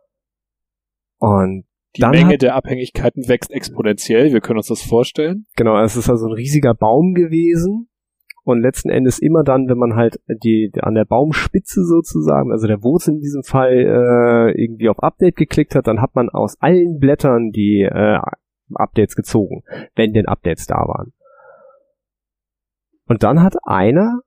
Und die Menge der Abhängigkeiten wächst exponentiell, wir können uns das vorstellen. Genau, es ist also ein riesiger Baum gewesen und letzten Endes immer dann, wenn man halt an der Baumspitze sozusagen, also der Wurzel in diesem Fall, irgendwie auf Update geklickt hat, dann hat man aus allen Blättern die Updates gezogen, wenn denn Updates da waren. Und dann hat einer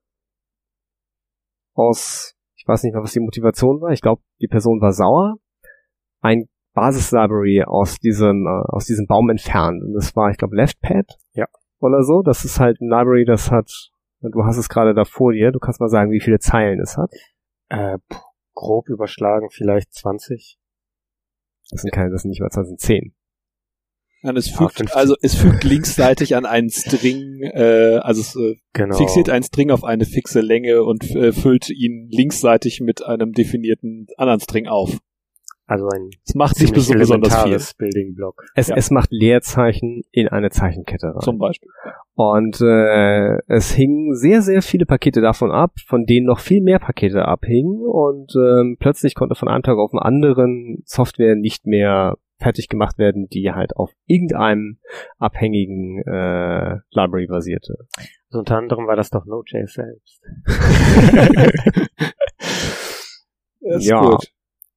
ich weiß nicht mehr, was die Motivation war, ich glaube, die Person war sauer, ein Basis-Library aus diesem Baum entfernt. Und das war, ich glaube, LeftPad oder so. Das ist halt ein Library, das hat, du hast es gerade da vor dir, du kannst mal sagen, wie viele Zeilen es hat. grob überschlagen vielleicht 20. Das sind nicht mal 20, 10. Und es fügt linksseitig an einen String, Genau. fixiert einen String auf eine fixe Länge und füllt ihn linksseitig mit einem definierten anderen String auf. Also ein es macht nicht so besonders viel. Building Block. Es macht Leerzeichen in eine Zeichenkette rein. Zum Beispiel. Und es hingen sehr, sehr viele Pakete davon ab, von denen noch viel mehr Pakete abhingen. Und plötzlich konnte von einem Tag auf den anderen Software nicht mehr fertig gemacht werden, die halt auf irgendeinem abhängigen Library basierte. Also unter anderem war das doch Node.js selbst. Das ist gut.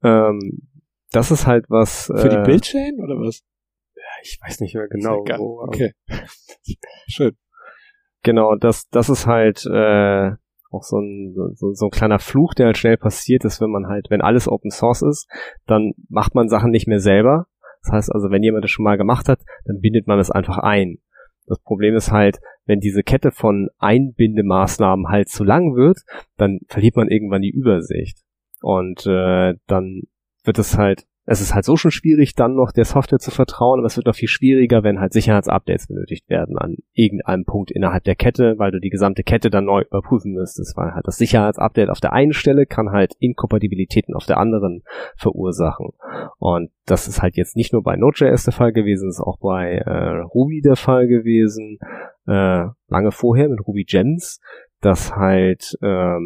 Das ist halt was... Für die Buildchain oder was? Ich weiß nicht mehr genau. Wo, okay. Schön. Genau, das ist halt auch so ein kleiner Fluch, der halt schnell passiert ist, wenn alles Open Source ist, dann macht man Sachen nicht mehr selber. Das heißt also, wenn jemand das schon mal gemacht hat, dann bindet man es einfach ein. Das Problem ist halt, wenn diese Kette von Einbindemaßnahmen halt zu lang wird, dann verliert man irgendwann die Übersicht. Und dann wird es ist halt so schon schwierig, dann noch der Software zu vertrauen, aber es wird noch viel schwieriger, wenn halt Sicherheitsupdates benötigt werden an irgendeinem Punkt innerhalb der Kette, weil du die gesamte Kette dann neu überprüfen müsstest, weil halt das Sicherheitsupdate auf der einen Stelle kann halt Inkompatibilitäten auf der anderen verursachen. Und das ist halt jetzt nicht nur bei Node.js der Fall gewesen, es ist auch bei Ruby der Fall gewesen, lange vorher mit Ruby Gems, dass halt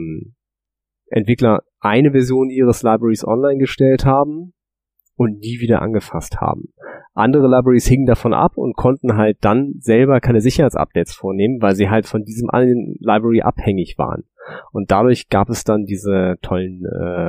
Entwickler eine Version ihres Libraries online gestellt haben und nie wieder angefasst haben. Andere Libraries hingen davon ab und konnten halt dann selber keine Sicherheitsupdates vornehmen, weil sie halt von diesem einen Library abhängig waren. Und dadurch gab es dann diese tollen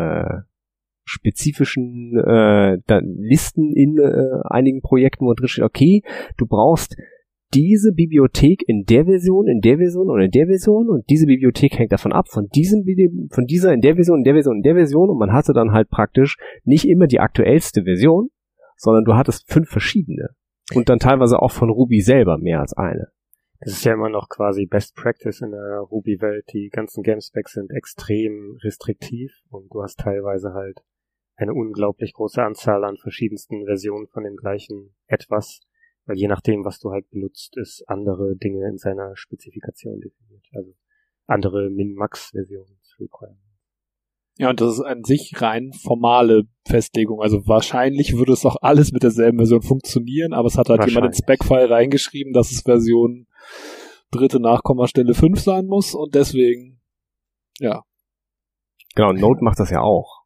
spezifischen Listen in einigen Projekten, wo drin steht, okay, du brauchst diese Bibliothek in der Version, in der Version und in der Version und diese Bibliothek hängt davon ab, von dieser in der Version, in der Version, in der Version und man hatte dann halt praktisch nicht immer die aktuellste Version, sondern du hattest 5 verschiedene und dann teilweise auch von Ruby selber mehr als eine. Das ist ja immer noch quasi Best Practice in der Ruby-Welt. Die ganzen Game-Specs sind extrem restriktiv und du hast teilweise halt eine unglaublich große Anzahl an verschiedensten Versionen von dem gleichen etwas. Weil je nachdem, was du halt benutzt, ist andere Dinge in seiner Spezifikation definiert. Also andere Min-Max-Versions-Requirements. Ja, und das ist an sich rein formale Festlegung. Also wahrscheinlich würde es auch alles mit derselben Version funktionieren, aber es hat halt jemand ins Spec-File reingeschrieben, dass es Version 3. Nachkommastelle 5 sein muss und deswegen, ja. Genau, Node macht das ja auch.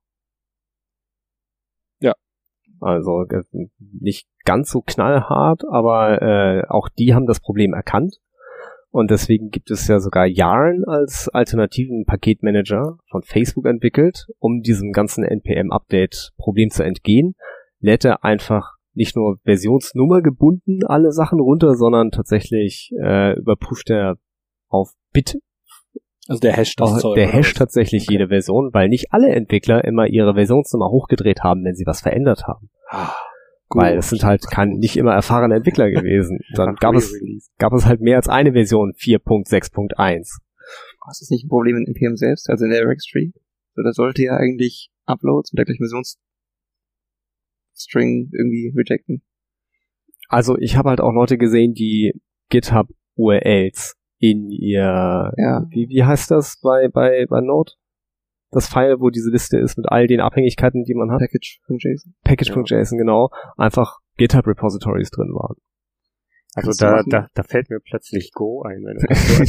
Ja. Also nicht ganz so knallhart, aber auch die haben das Problem erkannt. Und deswegen gibt es ja sogar Yarn als alternativen Paketmanager von Facebook entwickelt, um diesem ganzen NPM-Update-Problem zu entgehen. Lädt er einfach nicht nur Versionsnummer gebunden alle Sachen runter, sondern tatsächlich überprüft er auf Bit. Also der hasht das Zeug. Der hasht tatsächlich jede Version, weil nicht alle Entwickler immer ihre Versionsnummer hochgedreht haben, wenn sie was verändert haben. Weil es sind halt nicht immer erfahrene Entwickler gewesen. Dann gab es halt mehr als eine Version 4.6.1. Ist das nicht ein Problem in NPM selbst, also in der Registry? Oder sollte ja eigentlich Uploads mit der gleichen Versionsstring irgendwie rejecten? Also ich habe halt auch Leute gesehen, die GitHub-URLs in ihr, wie heißt das bei Node? Das File, wo diese Liste ist mit all den Abhängigkeiten, die man hat. Package.json. Package.json, genau. Einfach GitHub-Repositories drin waren. Also da fällt mir plötzlich Go ein. Wenn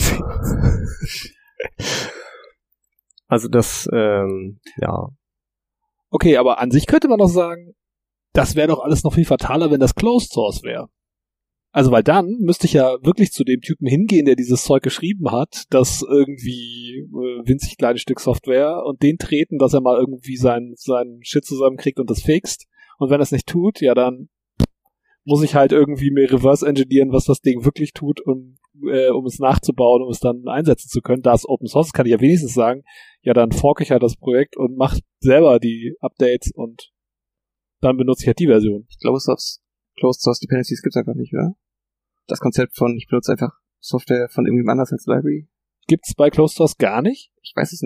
also das, ja. Okay, aber an sich könnte man doch sagen, das wäre doch alles noch viel fataler, wenn das Closed Source wäre. Also weil dann müsste ich ja wirklich zu dem Typen hingehen, der dieses Zeug geschrieben hat, das irgendwie winzig kleines Stück Software und den treten, dass er mal irgendwie seinen Shit zusammenkriegt und das fixt. Und wenn er es nicht tut, ja dann muss ich halt irgendwie mir reverse engineeren, was das Ding wirklich tut, um es nachzubauen, um es dann einsetzen zu können. Da es Open Source ist, kann ich ja wenigstens sagen, ja dann fork ich halt das Projekt und mache selber die Updates und dann benutze ich halt die Version. Ich glaube, Closed Source Dependencies gibt's einfach nicht, oder? Das Konzept von, ich benutze einfach Software von irgendjemand anders als Library. Gibt's bei Closed Source gar nicht? Ich weiß es nicht.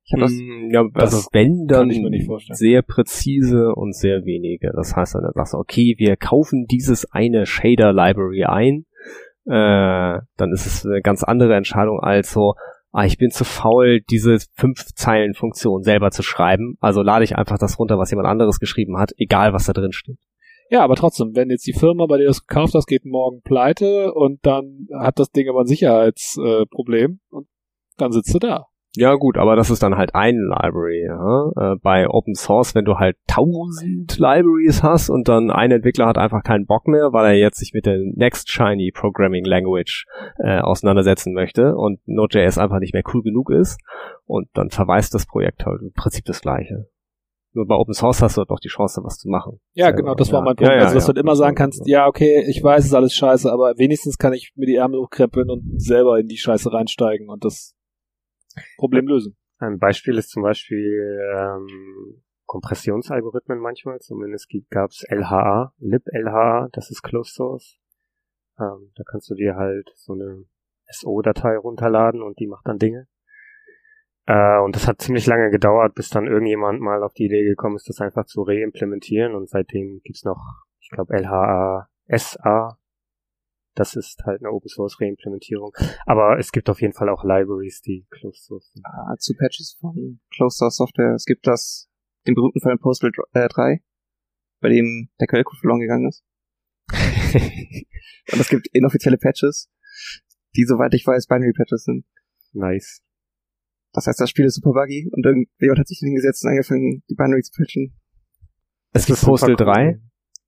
Ich habe das. Ja, also wenn, dann kann ich mir nicht vorstellen. sehr präzise und sehr wenige. Das heißt, dann sagst du, okay, wir kaufen dieses eine Shader-Library ein, dann ist es eine ganz andere Entscheidung als so, ich bin zu faul, diese 5-Zeilen-Funktion selber zu schreiben, also lade ich einfach das runter, was jemand anderes geschrieben hat, egal was da drin steht. Ja, aber trotzdem, wenn jetzt die Firma, bei der du das gekauft hast, geht morgen pleite und dann hat das Ding aber ein Sicherheitsproblem und dann sitzt du da. Ja gut, aber das ist dann halt ein Library. Ja? Bei Open Source, wenn du halt 1000 Libraries hast und dann ein Entwickler hat einfach keinen Bock mehr, weil er jetzt sich mit der Next Shiny Programming Language auseinandersetzen möchte und Node.js einfach nicht mehr cool genug ist und dann verweist das Projekt halt im Prinzip das Gleiche. Nur bei Open Source hast du doch die Chance, was zu machen. Ja, selber. genau, das war Ja. mein Punkt. Ja, also, dass du ja. halt immer sagen kannst, ja, okay, ich weiß, es ist alles scheiße, aber wenigstens kann ich mir die Ärmel hochkrempeln und selber in die Scheiße reinsteigen und das Problem lösen. Ein Beispiel ist zum Beispiel Kompressionsalgorithmen manchmal. Zumindest gab's LHA, LibLHA, das ist Closed Source. Da kannst du dir halt so eine SO-Datei runterladen und die macht dann Dinge. Und das hat ziemlich lange gedauert, bis dann irgendjemand mal auf die Idee gekommen ist, das einfach zu reimplementieren. Und seitdem gibt's noch, ich glaube, LHA-SA. Das ist halt eine Open-Source-Reimplementierung. Aber es gibt auf jeden Fall auch Libraries, die Closed Source sind. Zu Patches von Closed Source Software. Es gibt den berühmten Fall in Postal 3, bei dem der Quellcode verloren gegangen ist. Und es gibt inoffizielle Patches, die, soweit ich weiß, Binary-Patches sind. Nice. Das heißt, das Spiel ist super buggy und irgendjemand hat sich hingesetzt und angefangen, die Binary zu patchen. Es gibt Postal 3.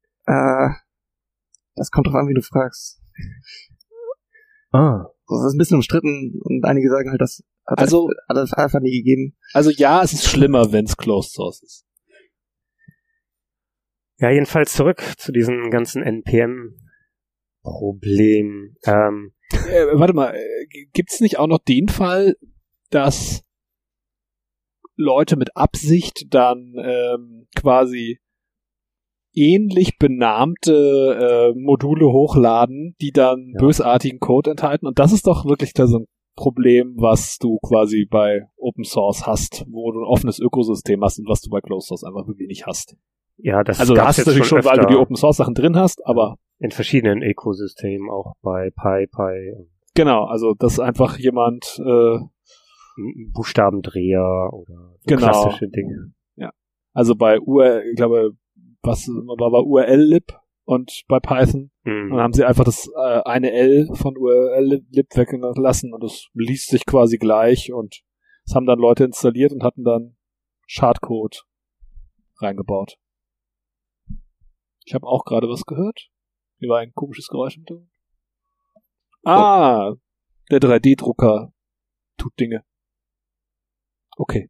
Das kommt drauf an, wie du fragst. Ah. Das ist ein bisschen umstritten und einige sagen halt, das hat es einfach nie gegeben. Also ja, es ist schlimmer, wenn es Closed Source ist. Ja, jedenfalls zurück zu diesem ganzen NPM-Problem. Warte mal, gibt's nicht auch noch den Fall, dass Leute mit Absicht dann quasi ähnlich benannte Module hochladen, die dann bösartigen Code enthalten? Und das ist doch wirklich da so ein Problem, was du quasi bei Open Source hast, wo du ein offenes Ökosystem hast und was du bei Closed Source einfach wirklich nicht hast. Ja, das Also hast du natürlich schon, weil du die öfter Open Source Sachen drin hast, aber in verschiedenen Ökosystemen, auch bei PyPy, genau, also dass einfach jemand Buchstabendreher oder so Genau. klassische Dinge. Ja. Also bei ich glaube, was war bei URL-lib und bei Python. Und dann haben sie einfach das eine L von URL-lib weggelassen und das liest sich quasi gleich und das haben dann Leute installiert und hatten dann Schadcode reingebaut. Ich habe auch gerade was gehört. Hier war ein komisches Geräusch im Ton. Der 3D-Drucker tut Dinge. Okay.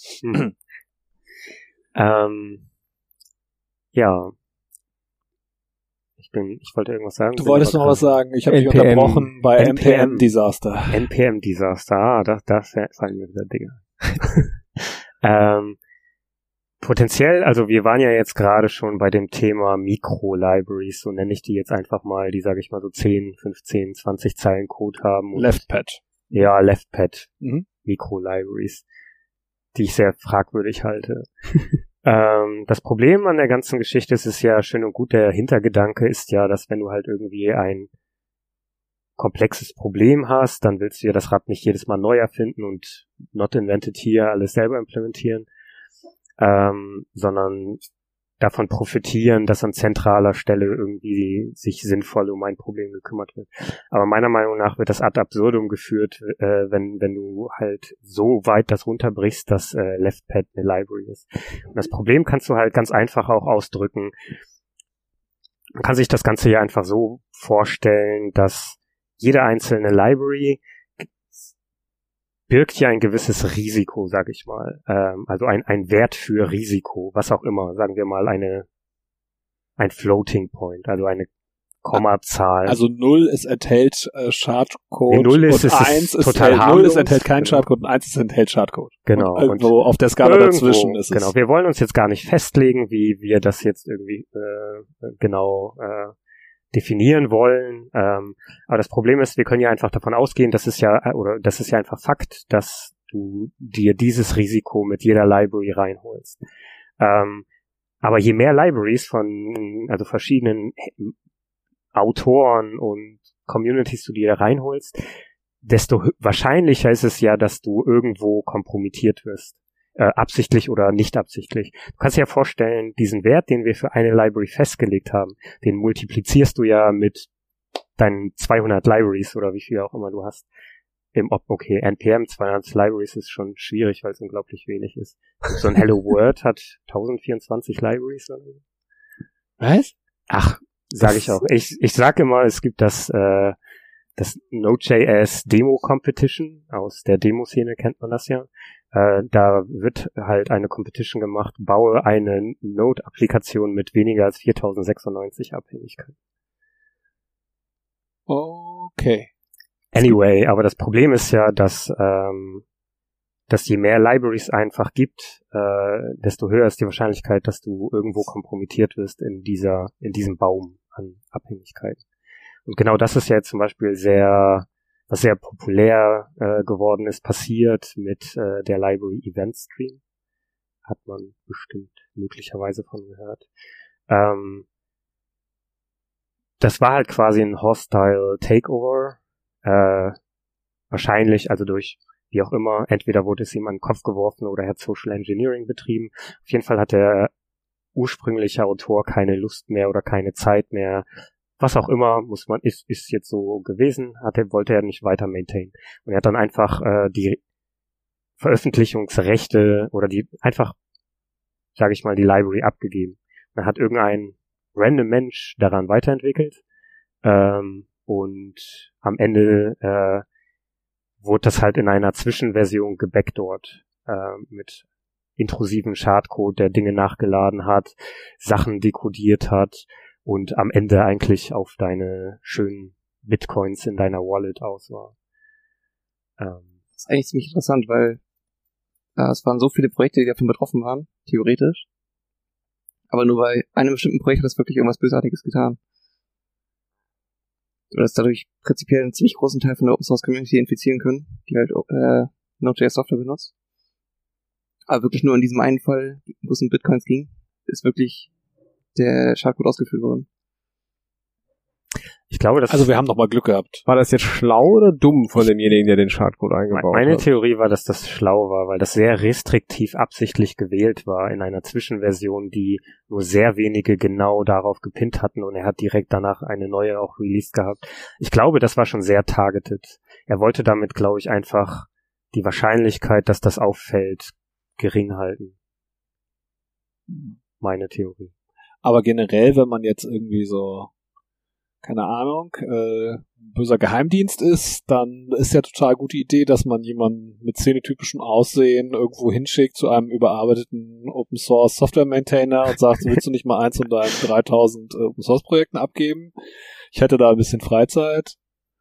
Ja. Ich wollte irgendwas sagen. Du wolltest noch was sagen. Ich habe dich NPM. unterbrochen bei NPM-Desaster. NPM-Desaster. Da fallen mir wieder Dinge. Potenziell, also wir waren ja jetzt gerade schon bei dem Thema Mikro-Libraries, so nenne ich die jetzt einfach mal, die, sage ich mal, so 10, 15, 20 Zeilen Code haben. Leftpad. Ja, Leftpad. Mhm. Mikro-Libraries, die ich sehr fragwürdig halte. Das Problem an der ganzen Geschichte ist, es ja schön und gut, der Hintergedanke ist ja, dass wenn du halt irgendwie ein komplexes Problem hast, dann willst du ja das Rad nicht jedes Mal neu erfinden und not invented here alles selber implementieren, sondern davon profitieren, dass an zentraler Stelle irgendwie sich sinnvoll um ein Problem gekümmert wird. Aber meiner Meinung nach wird das ad absurdum geführt, wenn du halt so weit das runterbrichst, dass Leftpad eine Library ist. Und das Problem kannst du halt ganz einfach auch ausdrücken. Man kann sich das Ganze hier einfach so vorstellen, dass jede einzelne Library birgt ja ein gewisses Risiko, sag ich mal. Also ein Wert für Risiko, was auch immer. Sagen wir mal ein Floating Point, also eine Kommazahl. Also 0 enthält Schadcode Nee, 0 ist, und es 1 ist total 0 harmlos. enthält keinen Genau. Schadcode und 1 enthält Schadcode. Genau. Und irgendwo auf der Skala dazwischen ist es. Genau, wir wollen uns jetzt gar nicht festlegen, wie wir das jetzt irgendwie genau definieren wollen. Aber das Problem ist, wir können ja einfach davon ausgehen, das ist ja einfach Fakt, dass du dir dieses Risiko mit jeder Library reinholst. Aber je mehr Libraries von also verschiedenen Autoren und Communities du dir reinholst, desto wahrscheinlicher ist es ja, dass du irgendwo kompromittiert wirst. Absichtlich oder nicht absichtlich. Du kannst dir ja vorstellen, diesen Wert, den wir für eine Library festgelegt haben, den multiplizierst du ja mit deinen 200 Libraries oder wie viel auch immer du hast. Okay, NPM 200 Libraries ist schon schwierig, weil es unglaublich wenig ist. So ein Hello World hat 1024 Libraries oder so. Was? Ach, sage ich auch. Ich sage immer, es gibt das Node.js Demo Competition. Aus der Demo-Szene kennt man das ja. Da wird halt eine Competition gemacht, baue eine Node-Applikation mit weniger als 4096 Abhängigkeiten. Okay. Anyway, aber das Problem ist ja, dass je mehr Libraries einfach gibt, desto höher ist die Wahrscheinlichkeit, dass du irgendwo kompromittiert wirst in diesem Baum an Abhängigkeiten. Und genau das ist ja jetzt zum Beispiel was sehr populär geworden ist, passiert mit der Library Event Stream. Hat man bestimmt möglicherweise von gehört. Das war halt quasi ein Hostile Takeover. Wahrscheinlich, also durch, wie auch immer, entweder wurde es ihm an den Kopf geworfen oder er hat Social Engineering betrieben. Auf jeden Fall hat der ursprüngliche Autor keine Lust mehr oder keine Zeit mehr. Was auch immer, ist jetzt so gewesen, wollte er nicht weiter maintainen. Und er hat dann einfach die Veröffentlichungsrechte oder einfach, sage ich mal, die Library abgegeben. Dann hat irgendein random Mensch daran weiterentwickelt und am Ende wurde das halt in einer Zwischenversion gebackdoored mit intrusiven Schadcode, der Dinge nachgeladen hat, Sachen dekodiert hat und am Ende eigentlich auf deine schönen Bitcoins in deiner Wallet aus war. Das ist eigentlich ziemlich interessant, weil es waren so viele Projekte, die davon betroffen waren, theoretisch. Aber nur bei einem bestimmten Projekt hat das wirklich irgendwas Bösartiges getan. Du hast dadurch prinzipiell einen ziemlich großen Teil von der Open-Source-Community infizieren können, die halt Node.js-Software benutzt. Aber wirklich nur in diesem einen Fall, wo es um Bitcoins ging, ist wirklich der Schadcode ausgeführt worden. Ich glaube, Also wir haben nochmal Glück gehabt. War das jetzt schlau oder dumm von demjenigen, der den Schadcode eingebaut hat? Meine Theorie war, dass das schlau war, weil das sehr restriktiv absichtlich gewählt war in einer Zwischenversion, die nur sehr wenige genau darauf gepinnt hatten und er hat direkt danach eine neue auch released gehabt. Ich glaube, das war schon sehr targeted. Er wollte damit, glaube ich, einfach die Wahrscheinlichkeit, dass das auffällt, gering halten. Meine Theorie. Aber generell, wenn man jetzt irgendwie so, keine Ahnung, böser Geheimdienst ist, dann ist ja total gute Idee, dass man jemanden mit szenetypischem Aussehen irgendwo hinschickt zu einem überarbeiteten Open Source Software Maintainer und sagt, willst du nicht mal eins von deinen 3000 Open Source Projekten abgeben? Ich hätte da ein bisschen Freizeit.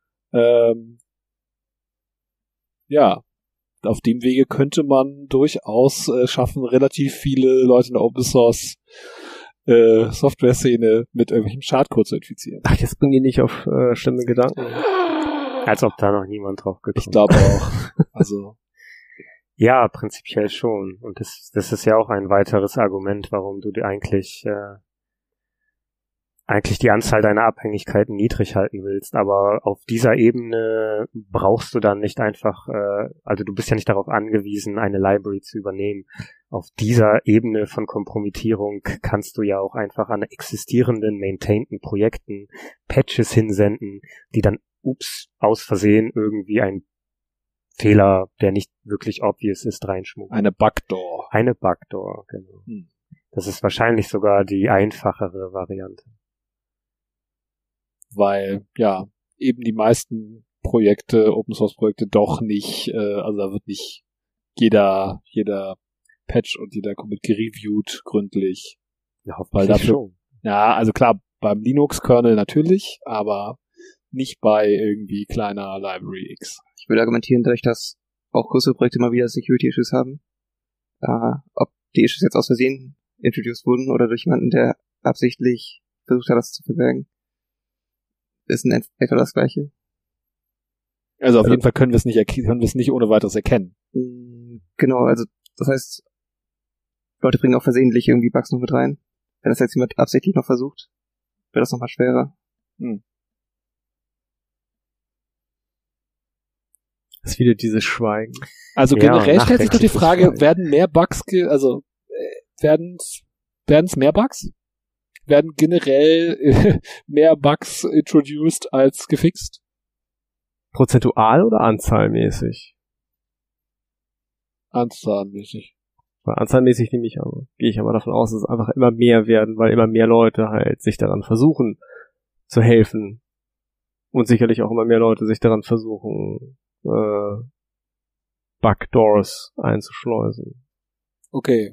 Ja, auf dem Wege könnte man durchaus schaffen, relativ viele Leute in der Open Source Software-Szene mit irgendwelchem Schadcode zu infizieren. Ach, jetzt bringen die nicht auf schlimme Gedanken. Als ob da noch niemand drauf gekommen ist. Ich glaube auch. Also ja, prinzipiell schon. Und das ist ja auch ein weiteres Argument, warum du dir eigentlich die Anzahl deiner Abhängigkeiten niedrig halten willst. Aber auf dieser Ebene brauchst du dann nicht einfach, also du bist ja nicht darauf angewiesen, eine Library zu übernehmen. Auf dieser Ebene von Kompromittierung kannst du ja auch einfach an existierenden, maintainten Projekten Patches hinsenden, die dann, aus Versehen irgendwie ein Fehler, der nicht wirklich obvious ist, reinschmuggeln. eine Backdoor. Eine Backdoor, genau. Das ist wahrscheinlich sogar die einfachere Variante. Weil, ja, eben die meisten Projekte, Open Source Projekte doch nicht, also da wird nicht jeder Patch und jeder Commit gereviewt gründlich. Ja, weil dafür schon. Ja, also klar, beim Linux-Kernel natürlich, aber nicht bei irgendwie kleiner Library X. Ich würde argumentieren, dadurch, dass auch größere Projekte mal wieder Security-Issues haben, ob die Issues jetzt aus Versehen introduced wurden oder durch jemanden, der absichtlich versucht hat, das zu verbergen, ist in etwa das Gleiche. Also auf jeden Fall können wir es nicht ohne weiteres erkennen. Genau, also das heißt, Leute bringen auch versehentlich irgendwie Bugs noch mit rein. Wenn das jetzt jemand absichtlich noch versucht, wird das nochmal schwerer. Das ist wieder dieses Schweigen. Also Ja, generell stellt sich doch die nachdenkliches Frage, Schweigen. werden mehr Bugs, werden's mehr Bugs? Werden generell mehr Bugs introduced als gefixt? Prozentual oder anzahlmäßig? Anzahlmäßig. Weil anzahlmäßig gehe ich aber davon aus, dass es einfach immer mehr werden, weil immer mehr Leute halt sich daran versuchen zu helfen. Und sicherlich auch immer mehr Leute sich daran versuchen, Backdoors einzuschleusen. Okay.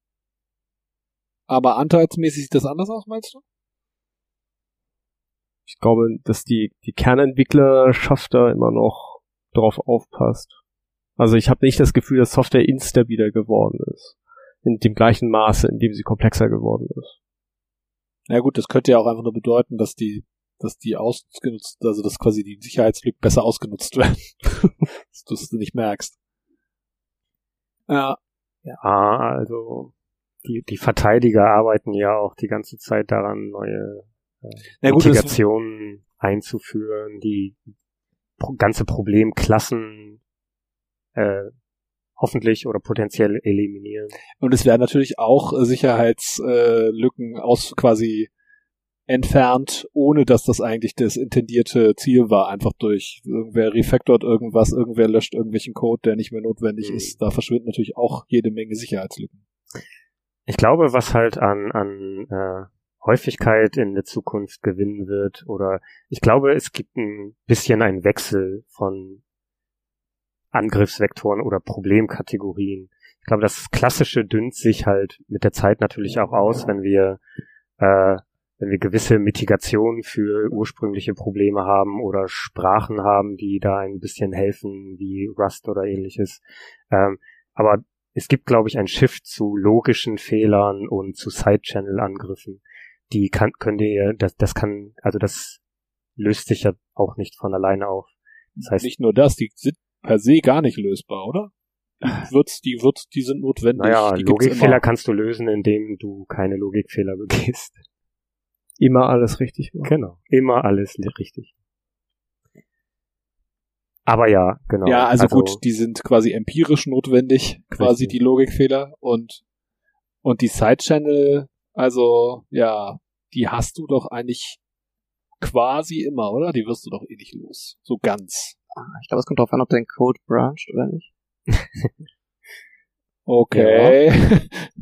Aber anteilsmäßig sieht das anders aus, meinst du? Ich glaube, dass die Kernentwicklerschaft da immer noch drauf aufpasst. Also ich habe nicht das Gefühl, dass Software instabiler geworden ist. In dem gleichen Maße, in dem sie komplexer geworden ist. Na gut, das könnte ja auch einfach nur bedeuten, dass die ausgenutzt, also dass quasi die Sicherheitslücken besser ausgenutzt werden. Dass du es nicht merkst. Ja. Ja, also die Verteidiger arbeiten ja auch die ganze Zeit daran, neue Mitigationen einzuführen, die ganze Problemklassen hoffentlich oder potenziell eliminieren. Und es werden natürlich auch Sicherheitslücken quasi entfernt, ohne dass das eigentlich das intendierte Ziel war. Einfach durch irgendwer refactort irgendwas, irgendwer löscht irgendwelchen Code, der nicht mehr notwendig ist. Da verschwinden natürlich auch jede Menge Sicherheitslücken. Ich glaube, was halt an Häufigkeit in der Zukunft gewinnen wird, oder ich glaube, es gibt ein bisschen einen Wechsel von Angriffsvektoren oder Problemkategorien. Ich glaube, das Klassische dünnt sich halt mit der Zeit natürlich auch aus, wenn wir gewisse Mitigationen für ursprüngliche Probleme haben oder Sprachen haben, die da ein bisschen helfen, wie Rust oder ähnliches. Aber es gibt, glaube ich, einen Shift zu logischen Fehlern und zu Side-Channel-Angriffen. Das löst sich ja auch nicht von alleine auf. Das heißt, nicht nur das, die sind per se gar nicht lösbar, oder? Die sind notwendig. Naja, die gibt's Logikfehler immer. kannst du lösen, indem du keine Logikfehler begehst. Immer alles richtig machen. Genau, immer alles richtig. Aber ja, genau. Ja, also gut, die sind quasi empirisch notwendig, quasi Richtig. die Logikfehler und die Side-Channel, also ja, die hast du doch eigentlich quasi immer, oder? Die wirst du doch eh nicht los. So ganz. Ich glaube, es kommt drauf an, ob dein Code branched oder nicht. Okay. Ja.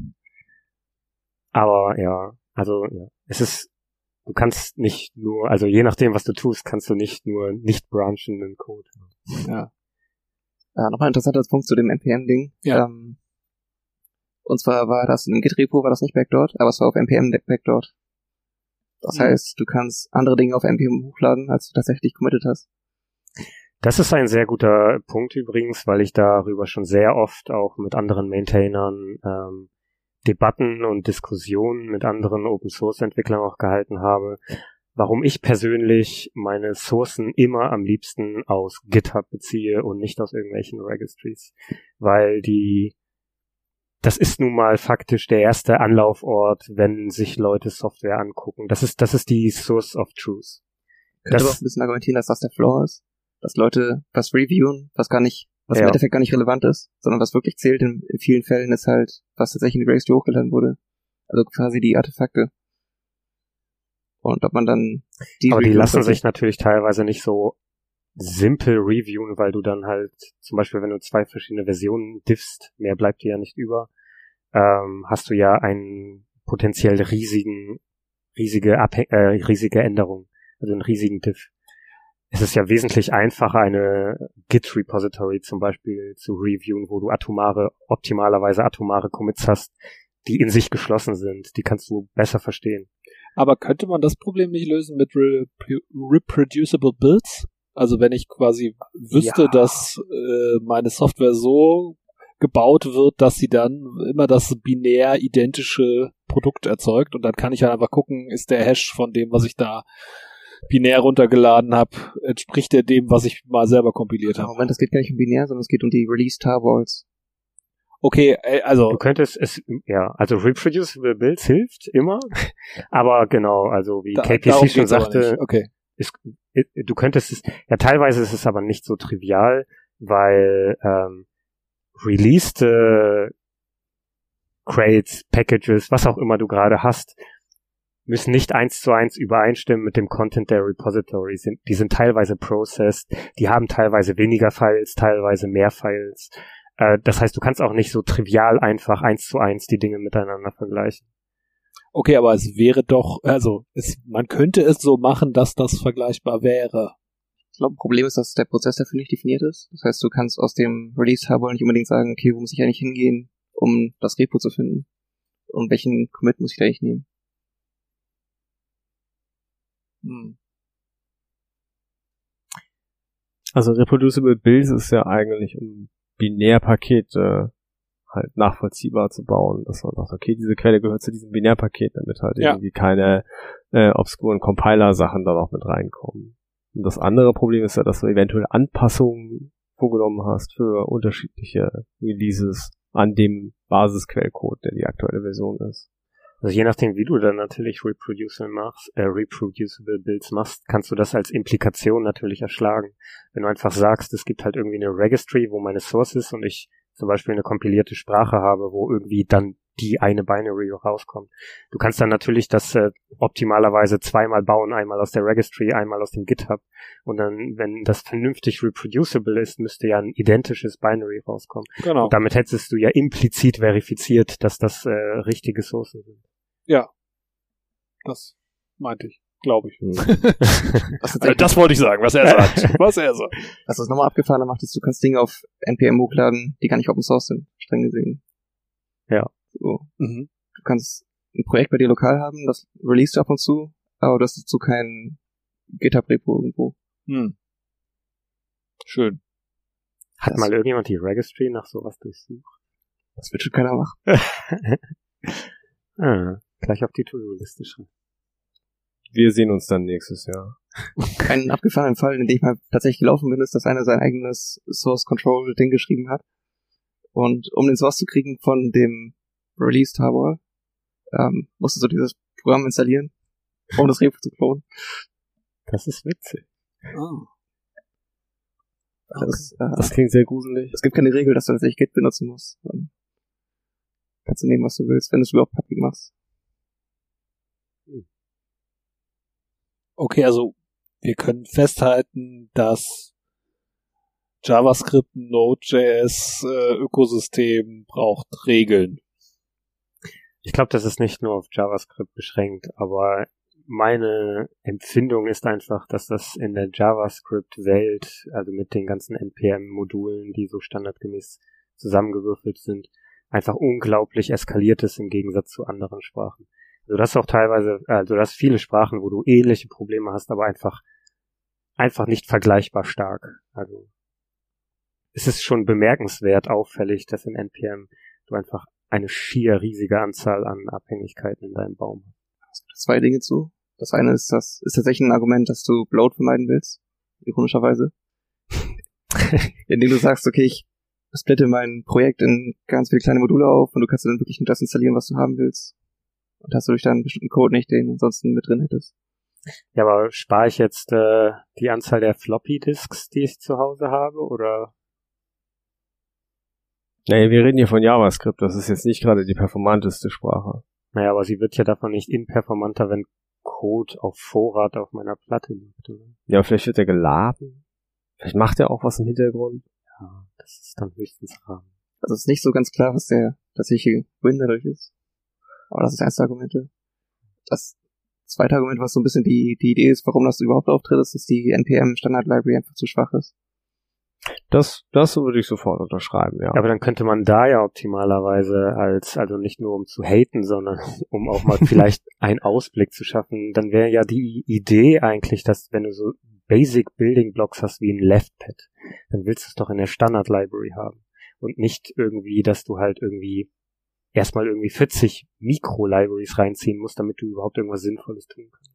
Aber ja, also ja, du kannst nicht nur, also je nachdem, was du tust, kannst du nicht nur nicht branchenden Code. Ja. Nochmal ein interessanter Punkt zu dem NPM-Ding. Ja. Und zwar war das in Git-Repo, war das nicht backdoored, aber es war auf NPM backdoored. Das heißt, du kannst andere Dinge auf NPM hochladen, als du tatsächlich committed hast. Das ist ein sehr guter Punkt übrigens, weil ich darüber schon sehr oft auch mit anderen Maintainern Debatten und Diskussionen mit anderen Open-Source-Entwicklern auch gehalten habe, warum ich persönlich meine Sourcen immer am liebsten aus GitHub beziehe und nicht aus irgendwelchen Registries, weil das ist nun mal faktisch der erste Anlaufort, wenn sich Leute Software angucken. Das ist die Source of Truth. Könnte aber auch ein bisschen argumentieren, dass das der Flaw ist. Dass Leute was reviewen, was im Endeffekt gar nicht relevant ist, sondern was wirklich zählt in vielen Fällen ist halt, was tatsächlich in die Registry hochgeladen wurde. Also quasi die Artefakte. Und ob man dann aber die lassen sich natürlich teilweise nicht so simpel reviewen, weil du dann halt, zum Beispiel wenn du 2 verschiedene Versionen diffst, mehr bleibt dir ja nicht über, hast du ja einen potenziell riesige Änderung, also einen riesigen Diff. Es ist ja wesentlich einfacher, eine Git-Repository zum Beispiel zu reviewen, wo du optimalerweise atomare Commits hast, die in sich geschlossen sind. Die kannst du besser verstehen. Aber könnte man das Problem nicht lösen mit reproducible Builds? Also wenn ich quasi wüsste, dass meine Software so gebaut wird, dass sie dann immer das binär identische Produkt erzeugt und dann kann ich halt einfach gucken, ist der Hash von dem, was ich da binär runtergeladen habe, entspricht der dem, was ich mal selber kompiliert habe. Moment, das geht gar nicht um binär, sondern es geht um die Release-Tarballs. Okay, also Du könntest also reproducible Builds hilft immer, aber genau, also wie darum KPC schon geht's aber sagte, nicht. Okay. du könntest es, ja teilweise ist es aber nicht so trivial, weil released Crates, Packages, was auch immer du gerade hast, müssen nicht 1:1 übereinstimmen mit dem Content der Repositories. Die sind teilweise processed, die haben teilweise weniger Files, teilweise mehr Files. Das heißt, du kannst auch nicht so trivial einfach 1:1 die Dinge miteinander vergleichen. Okay, aber es wäre doch, also man könnte es so machen, dass das vergleichbar wäre. Ich glaube, ein Problem ist, dass der Prozess dafür nicht definiert ist. Das heißt, du kannst aus dem Release-Tarball nicht unbedingt sagen, okay, wo muss ich eigentlich hingehen, um das Repo zu finden? Und welchen Commit muss ich da eigentlich nehmen? Also Reproducible Builds ist ja eigentlich, um Binärpakete halt nachvollziehbar zu bauen, dass man sagt, okay, diese Quelle gehört zu diesem Binärpaket, damit halt irgendwie keine obskuren Compiler-Sachen da noch mit reinkommen. Und das andere Problem ist ja, dass du eventuell Anpassungen vorgenommen hast für unterschiedliche Releases an dem Basisquellcode, der die aktuelle Version ist. Also je nachdem, wie du dann natürlich reproducible Builds machst, kannst du das als Implikation natürlich erschlagen. Wenn du einfach sagst, es gibt halt irgendwie eine Registry, wo meine Source ist und ich zum Beispiel eine kompilierte Sprache habe, wo irgendwie dann die eine Binary rauskommt. Du kannst dann natürlich das optimalerweise zweimal bauen, einmal aus der Registry, einmal aus dem GitHub. Und dann, wenn das vernünftig reproducible ist, müsste ja ein identisches Binary rauskommen. Genau. Und damit hättest du ja implizit verifiziert, dass das richtige Sourcen sind. Ja. Das meinte ich, glaube ich. Also Das wollte ich sagen, was er sagt. Was er sagt. Was das nochmal abgefahrener macht, ist, du kannst Dinge auf NPM hochladen, die gar nicht Open Source sind, streng gesehen. Ja. So. Du kannst ein Projekt bei dir lokal haben, das release du ab und zu, aber das ist dazu kein GitHub-Repo irgendwo. Schön. Hat mal irgendjemand die Registry nach sowas durchsucht? Das wird schon keiner machen. Gleich auf die To-Do-Liste schreiben. Wir sehen uns dann nächstes Jahr. Einen abgefahrenen Fall, in dem ich mal tatsächlich gelaufen bin, ist, dass einer sein eigenes Source-Control-Ding geschrieben hat. Und um den Source zu kriegen von dem Release-Tarball, musste so dieses Programm installieren, um das Repo zu klonen. Das ist witzig. Oh. Das klingt sehr gruselig. Es gibt keine Regel, dass du tatsächlich Git benutzen musst. Dann kannst du nehmen, was du willst, wenn du es überhaupt public machst. Okay, also wir können festhalten, dass JavaScript, Node.js Ökosystem braucht Regeln. Ich glaube, das ist nicht nur auf JavaScript beschränkt, aber meine Empfindung ist einfach, dass das in der JavaScript-Welt, also mit den ganzen NPM-Modulen, die so standardgemäß zusammengewürfelt sind, einfach unglaublich eskaliert ist im Gegensatz zu anderen Sprachen. Also das ist auch teilweise, also das viele Sprachen, wo du ähnliche Probleme hast, aber einfach nicht vergleichbar stark. Also es ist schon bemerkenswert auffällig, dass in NPM du einfach eine schier riesige Anzahl an Abhängigkeiten in deinem Baum hast. Es gibt zwei Dinge zu. Das eine ist, das ist tatsächlich ein Argument, dass du Bloat vermeiden willst, ironischerweise. Indem du sagst, okay, ich splitte mein Projekt in ganz viele kleine Module auf und du kannst dann wirklich nur das installieren, was du haben willst. Und hast du durch dann einen bestimmten Code nicht, den du ansonsten mit drin hättest. Ja, aber spare ich jetzt die Anzahl der Floppy-Disks, die ich zu Hause habe, oder? Nee, wir reden hier von JavaScript, das ist jetzt nicht gerade die performanteste Sprache. Naja, aber sie wird ja davon nicht imperformanter, wenn Code auf Vorrat auf meiner Platte liegt, oder? Ja, vielleicht wird er geladen. Vielleicht macht er auch was im Hintergrund. Ja, das ist dann höchstens Rahmen. Also es ist nicht so ganz klar, was der tatsächliche Win dadurch ist. Aber das ist das erste Argument. Das zweite Argument, was so ein bisschen die Idee ist, warum das überhaupt auftritt, ist, dass die NPM-Standard-Library einfach zu schwach ist. Das würde ich sofort unterschreiben, ja. Aber dann könnte man da ja optimalerweise also nicht nur um zu haten, sondern um auch mal vielleicht einen Ausblick zu schaffen, dann wäre ja die Idee eigentlich, dass wenn du so Basic Building Blocks hast wie ein Leftpad, dann willst du es doch in der Standard Library haben und nicht irgendwie, dass du halt irgendwie erstmal irgendwie 40 Mikro-Libraries reinziehen musst, damit du überhaupt irgendwas Sinnvolles tun kannst.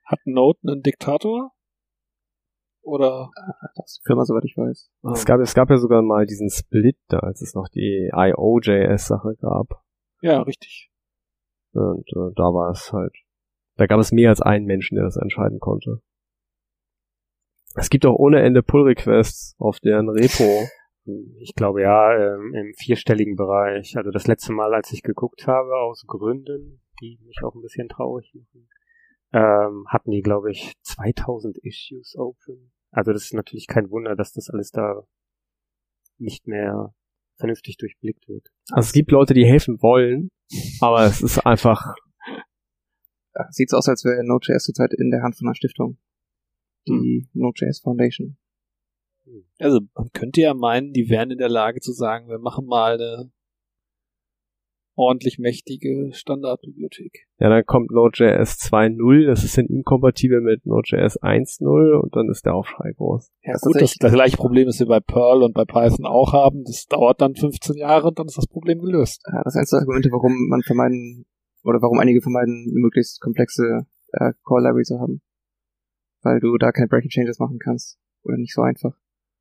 Hat Node einen Diktator? Oder? Das ist die Firma, soweit ich weiß. Es gab ja sogar mal diesen Split da, als es noch die IO.js-Sache gab. Ja, richtig. Und da war es halt, da gab es mehr als einen Menschen, der das entscheiden konnte. Es gibt auch ohne Ende Pull-Requests auf deren Repo. Ich glaube ja, im 4-stelligen Bereich. Also das letzte Mal, als ich geguckt habe, aus Gründen, die mich auch ein bisschen traurig machen, hatten die, glaube ich, 2000 Issues open. Also das ist natürlich kein Wunder, dass das alles da nicht mehr vernünftig durchblickt wird. Also es gibt Leute, die helfen wollen, aber es ist einfach... Ja, sieht so aus, als wäre Node.js zurzeit in der Hand von einer Stiftung. Die Node.js Foundation. Also man könnte ja meinen, die wären in der Lage zu sagen, wir machen mal eine ordentlich mächtige Standardbibliothek. Ja, dann kommt Node.js 2.0, das ist dann inkompatibel mit Node.js 1.0 und dann ist der Aufschrei groß. Ja gut, das gleiche Problem, das wir bei Perl und bei Python auch haben, das dauert dann 15 Jahre und dann ist das Problem gelöst. Ja, das einzige Argument, warum einige vermeiden, eine möglichst komplexe Core-Library zu haben. Weil du da keine Breaking Changes machen kannst. Oder nicht so einfach.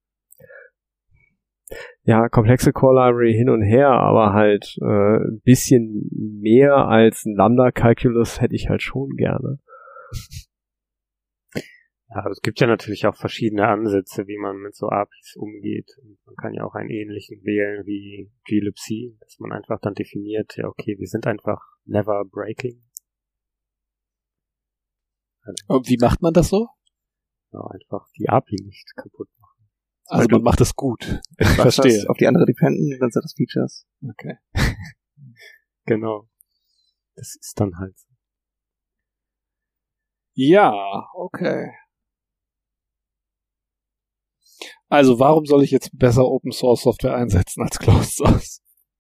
Ja, komplexe Core-Library hin und her, aber halt ein bisschen mehr als ein Lambda-Calculus hätte ich halt schon gerne. Ja, es gibt ja natürlich auch verschiedene Ansätze, wie man mit so APIs umgeht. Und man kann ja auch einen ähnlichen wählen wie glibc, dass man einfach dann definiert, ja okay, wir sind einfach never breaking. Und wie macht man das so? Ja, einfach die API nicht kaputt machen. Also man macht es gut. Ich verstehe. Auf die andere dependen, dann sind das Features. Okay. Genau. Das ist dann halt so. Ja, okay. Also warum soll ich jetzt besser Open Source Software einsetzen als Closed Source?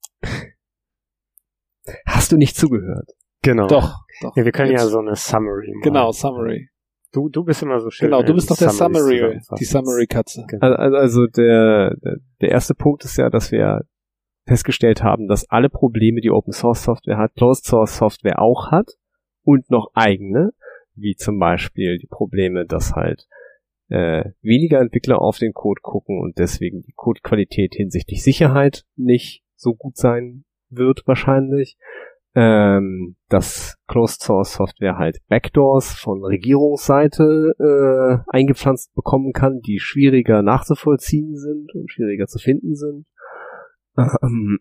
Hast du nicht zugehört? Genau. Doch. Ja, wir können jetzt. ja so eine Summary machen. Genau, Summary. Du bist immer so schön. Genau, du bist doch der Summaries Summary, die Summary-Katze. Genau. Also der erste Punkt ist ja, dass wir festgestellt haben, dass alle Probleme, die Open Source Software hat, Closed Source Software auch hat und noch eigene, wie zum Beispiel die Probleme, dass halt weniger Entwickler auf den Code gucken und deswegen die Codequalität hinsichtlich Sicherheit nicht so gut sein wird wahrscheinlich. Dass Closed Source Software halt Backdoors von Regierungsseite eingepflanzt bekommen kann, die schwieriger nachzuvollziehen sind und schwieriger zu finden sind. Oder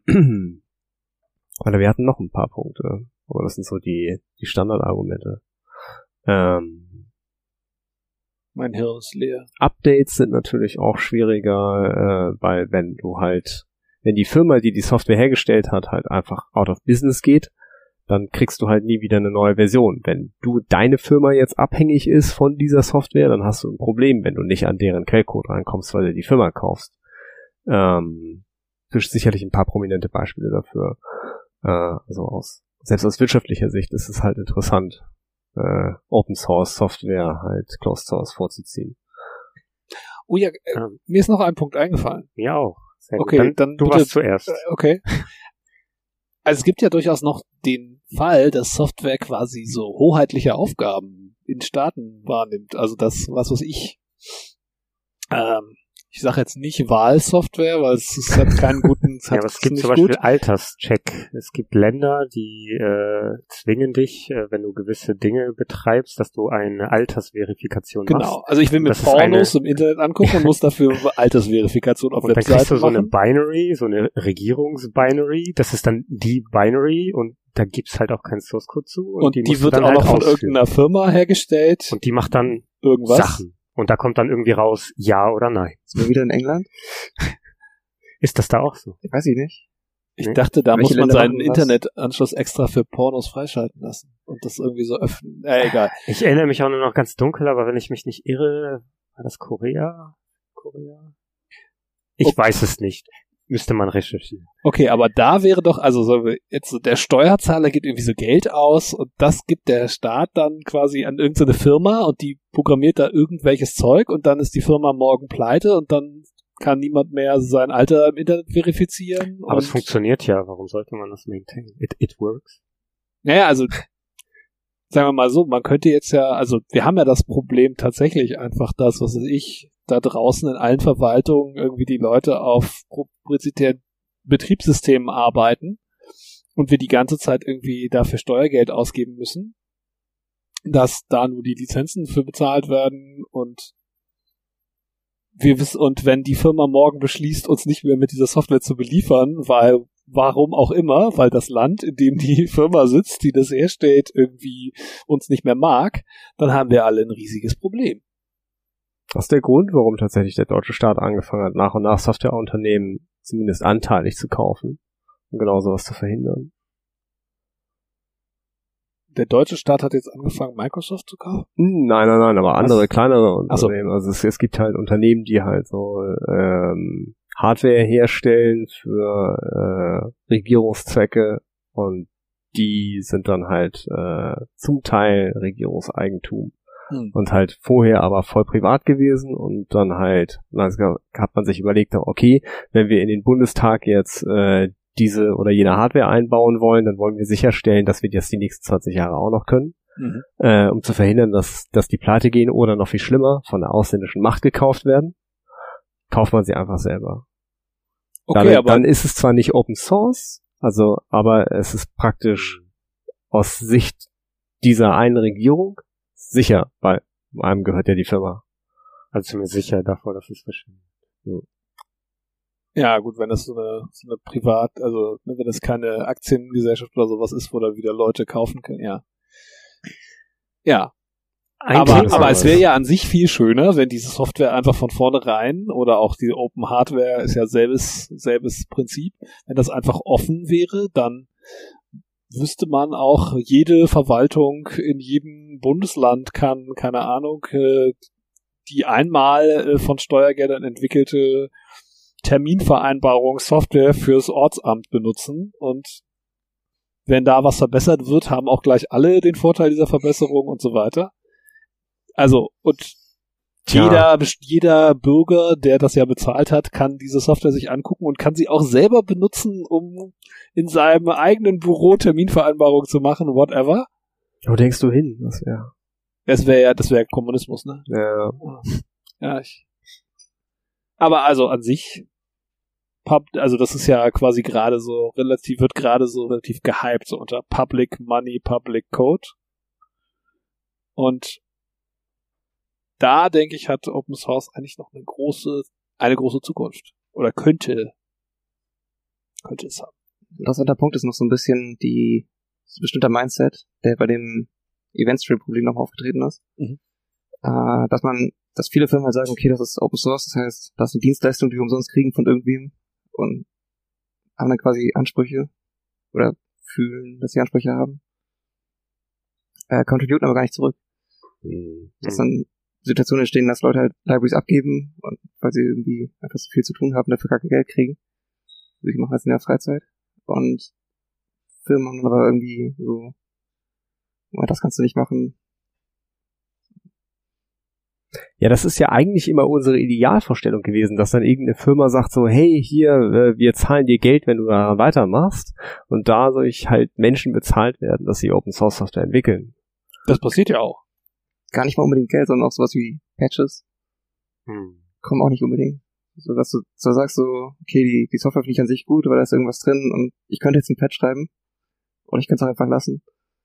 wir hatten noch ein paar Punkte, aber das sind so die Standardargumente. Mein Hirn ist leer. Updates sind natürlich auch schwieriger, weil wenn die Firma, die Software hergestellt hat, halt einfach out of business geht, dann kriegst du halt nie wieder eine neue Version. Wenn deine Firma jetzt abhängig ist von dieser Software, dann hast du ein Problem, wenn du nicht an deren Quellcode reinkommst, weil du die Firma kaufst. Sicherlich ein paar prominente Beispiele dafür. Selbst aus wirtschaftlicher Sicht ist es halt interessant, Open Source Software halt Closed Source vorzuziehen. Oh ja, mir ist noch ein Punkt eingefallen. Mir auch. Sehr Okay, gut. dann du bitte, warst zuerst. Okay. Also es gibt ja durchaus noch den Fall, dass Software quasi so hoheitliche Aufgaben in Staaten wahrnimmt. Also das, was weiß ich, ich sage jetzt nicht Wahlsoftware, weil es hat keinen guten, ja, aber es gibt zum Beispiel Alterscheck. Es gibt Länder, die zwingen dich, wenn du gewisse Dinge betreibst, dass du eine Altersverifikation machst. Genau, also ich will mir Pornos im Internet angucken und muss dafür Altersverifikation auf Webseiten machen. Dann kriegst du so eine Binary, so eine Regierungsbinary, das ist dann die Binary und da gibt's halt auch keinen Source Code zu. Und die wird dann auch noch von irgendeiner Firma hergestellt. Und die macht dann irgendwas. Sachen. Und da kommt dann irgendwie raus, ja oder nein. Sind wir wieder in England? Ist das da auch so? Weiß ich nicht. Ich dachte, da muss man Länder seinen Internetanschluss extra für Pornos freischalten lassen und das irgendwie so öffnen. Egal. Ich erinnere mich auch nur noch ganz dunkel, aber wenn ich mich nicht irre, war das Korea? Ich weiß es nicht. Müsste man recherchieren. Okay, aber da wäre doch, also so jetzt so der Steuerzahler gibt irgendwie so Geld aus und das gibt der Staat dann quasi an irgendeine Firma und die programmiert da irgendwelches Zeug und dann ist die Firma morgen pleite und dann kann niemand mehr sein Alter im Internet verifizieren. Aber es funktioniert ja, warum sollte man das maintainen? It works. Naja, also sagen wir mal so, man könnte jetzt ja, also wir haben ja das Problem tatsächlich einfach das, was weiß ich, da draußen in allen Verwaltungen irgendwie die Leute auf proprietären Betriebssystemen arbeiten und wir die ganze Zeit irgendwie dafür Steuergeld ausgeben müssen, dass da nur die Lizenzen für bezahlt werden und wenn die Firma morgen beschließt, uns nicht mehr mit dieser Software zu beliefern, warum auch immer, weil das Land, in dem die Firma sitzt, die das herstellt, irgendwie uns nicht mehr mag, dann haben wir alle ein riesiges Problem. Das ist der Grund, warum tatsächlich der deutsche Staat angefangen hat, nach und nach Softwareunternehmen zumindest anteilig zu kaufen, um genau sowas zu verhindern. Der deutsche Staat hat jetzt angefangen, Microsoft zu kaufen? Nein, aber andere, kleinere Unternehmen. Also es gibt halt Unternehmen, die halt so Hardware herstellen für Regierungszwecke und die sind dann halt zum Teil Regierungseigentum und halt vorher aber voll privat gewesen und dann halt hat man sich überlegt, okay, wenn wir in den Bundestag jetzt diese oder jene Hardware einbauen wollen, dann wollen wir sicherstellen, dass wir das die nächsten 20 Jahre auch noch können, um zu verhindern, dass die pleite gehen oder noch viel schlimmer, von der ausländischen Macht gekauft werden. Kauft man sie einfach selber. Okay, dann ist es zwar nicht Open Source, aber es ist praktisch aus Sicht dieser einen Regierung sicher, weil einem gehört ja die Firma. Also zumindest sicher davor, dass es verschwindet. Ja, gut, wenn das so eine also wenn das keine Aktiengesellschaft oder sowas ist, wo da wieder Leute kaufen können, ja. Ja. Aber es wäre ja an sich viel schöner, wenn diese Software einfach von vornherein oder auch die Open Hardware ist ja selbes Prinzip, wenn das einfach offen wäre, dann wüsste man auch, jede Verwaltung in jedem Bundesland kann, keine Ahnung, die einmal von Steuergeldern entwickelte Terminvereinbarungssoftware fürs Ortsamt benutzen und wenn da was verbessert wird, haben auch gleich alle den Vorteil dieser Verbesserung und so weiter. Also, und jeder Bürger, der das ja bezahlt hat, kann diese Software sich angucken und kann sie auch selber benutzen, um in seinem eigenen Büro Terminvereinbarungen zu machen, whatever. Wo denkst du hin? Das wäre Kommunismus, ne? Ja. Ja, aber also an sich, also das ist ja quasi wird gerade so relativ gehypt, so unter Public Money, Public Code. Und da, denke ich, hat Open Source eigentlich noch eine große Zukunft. Oder könnte es haben. Interessanter Punkt ist noch so ein bisschen so ein bestimmter Mindset, der bei dem Event-Stream-Problem noch aufgetreten ist. Dass viele Firmen halt sagen, okay, das ist Open Source, das heißt, das ist eine Dienstleistung, die wir umsonst kriegen von irgendwem und haben dann quasi Ansprüche oder fühlen, dass sie Ansprüche haben. Contributen aber gar nicht zurück. Dass dann Situationen entstehen, dass Leute halt Libraries abgeben und weil sie irgendwie einfach so viel zu tun haben, dafür gar kein Geld kriegen. Also ich mache das in der Freizeit. Und Firmen haben aber irgendwie so, das kannst du nicht machen. Ja, das ist ja eigentlich immer unsere Idealvorstellung gewesen, dass dann irgendeine Firma sagt so, hey, hier, wir zahlen dir Geld, wenn du da weitermachst. Und da soll ich halt Menschen bezahlt werden, dass sie Open Source Software entwickeln. Das passiert ja auch. Gar nicht mal unbedingt Geld, sondern auch sowas wie Patches. Kommen auch nicht unbedingt. So, dass du so sagst so, okay, die Software finde ich an sich gut, aber da ist irgendwas drin und ich könnte jetzt einen Patch schreiben. Oder ich könnte es auch einfach lassen.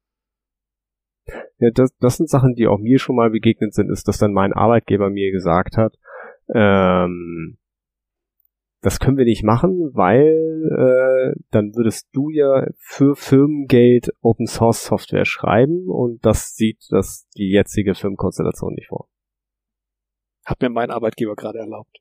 Ja, das sind Sachen, die auch mir schon mal begegnet sind, ist, dass dann mein Arbeitgeber mir gesagt hat, das können wir nicht machen, weil dann würdest du ja für Firmengeld Open Source Software schreiben und das sieht das die jetzige Firmenkonstellation nicht vor. Hat mir mein Arbeitgeber gerade erlaubt.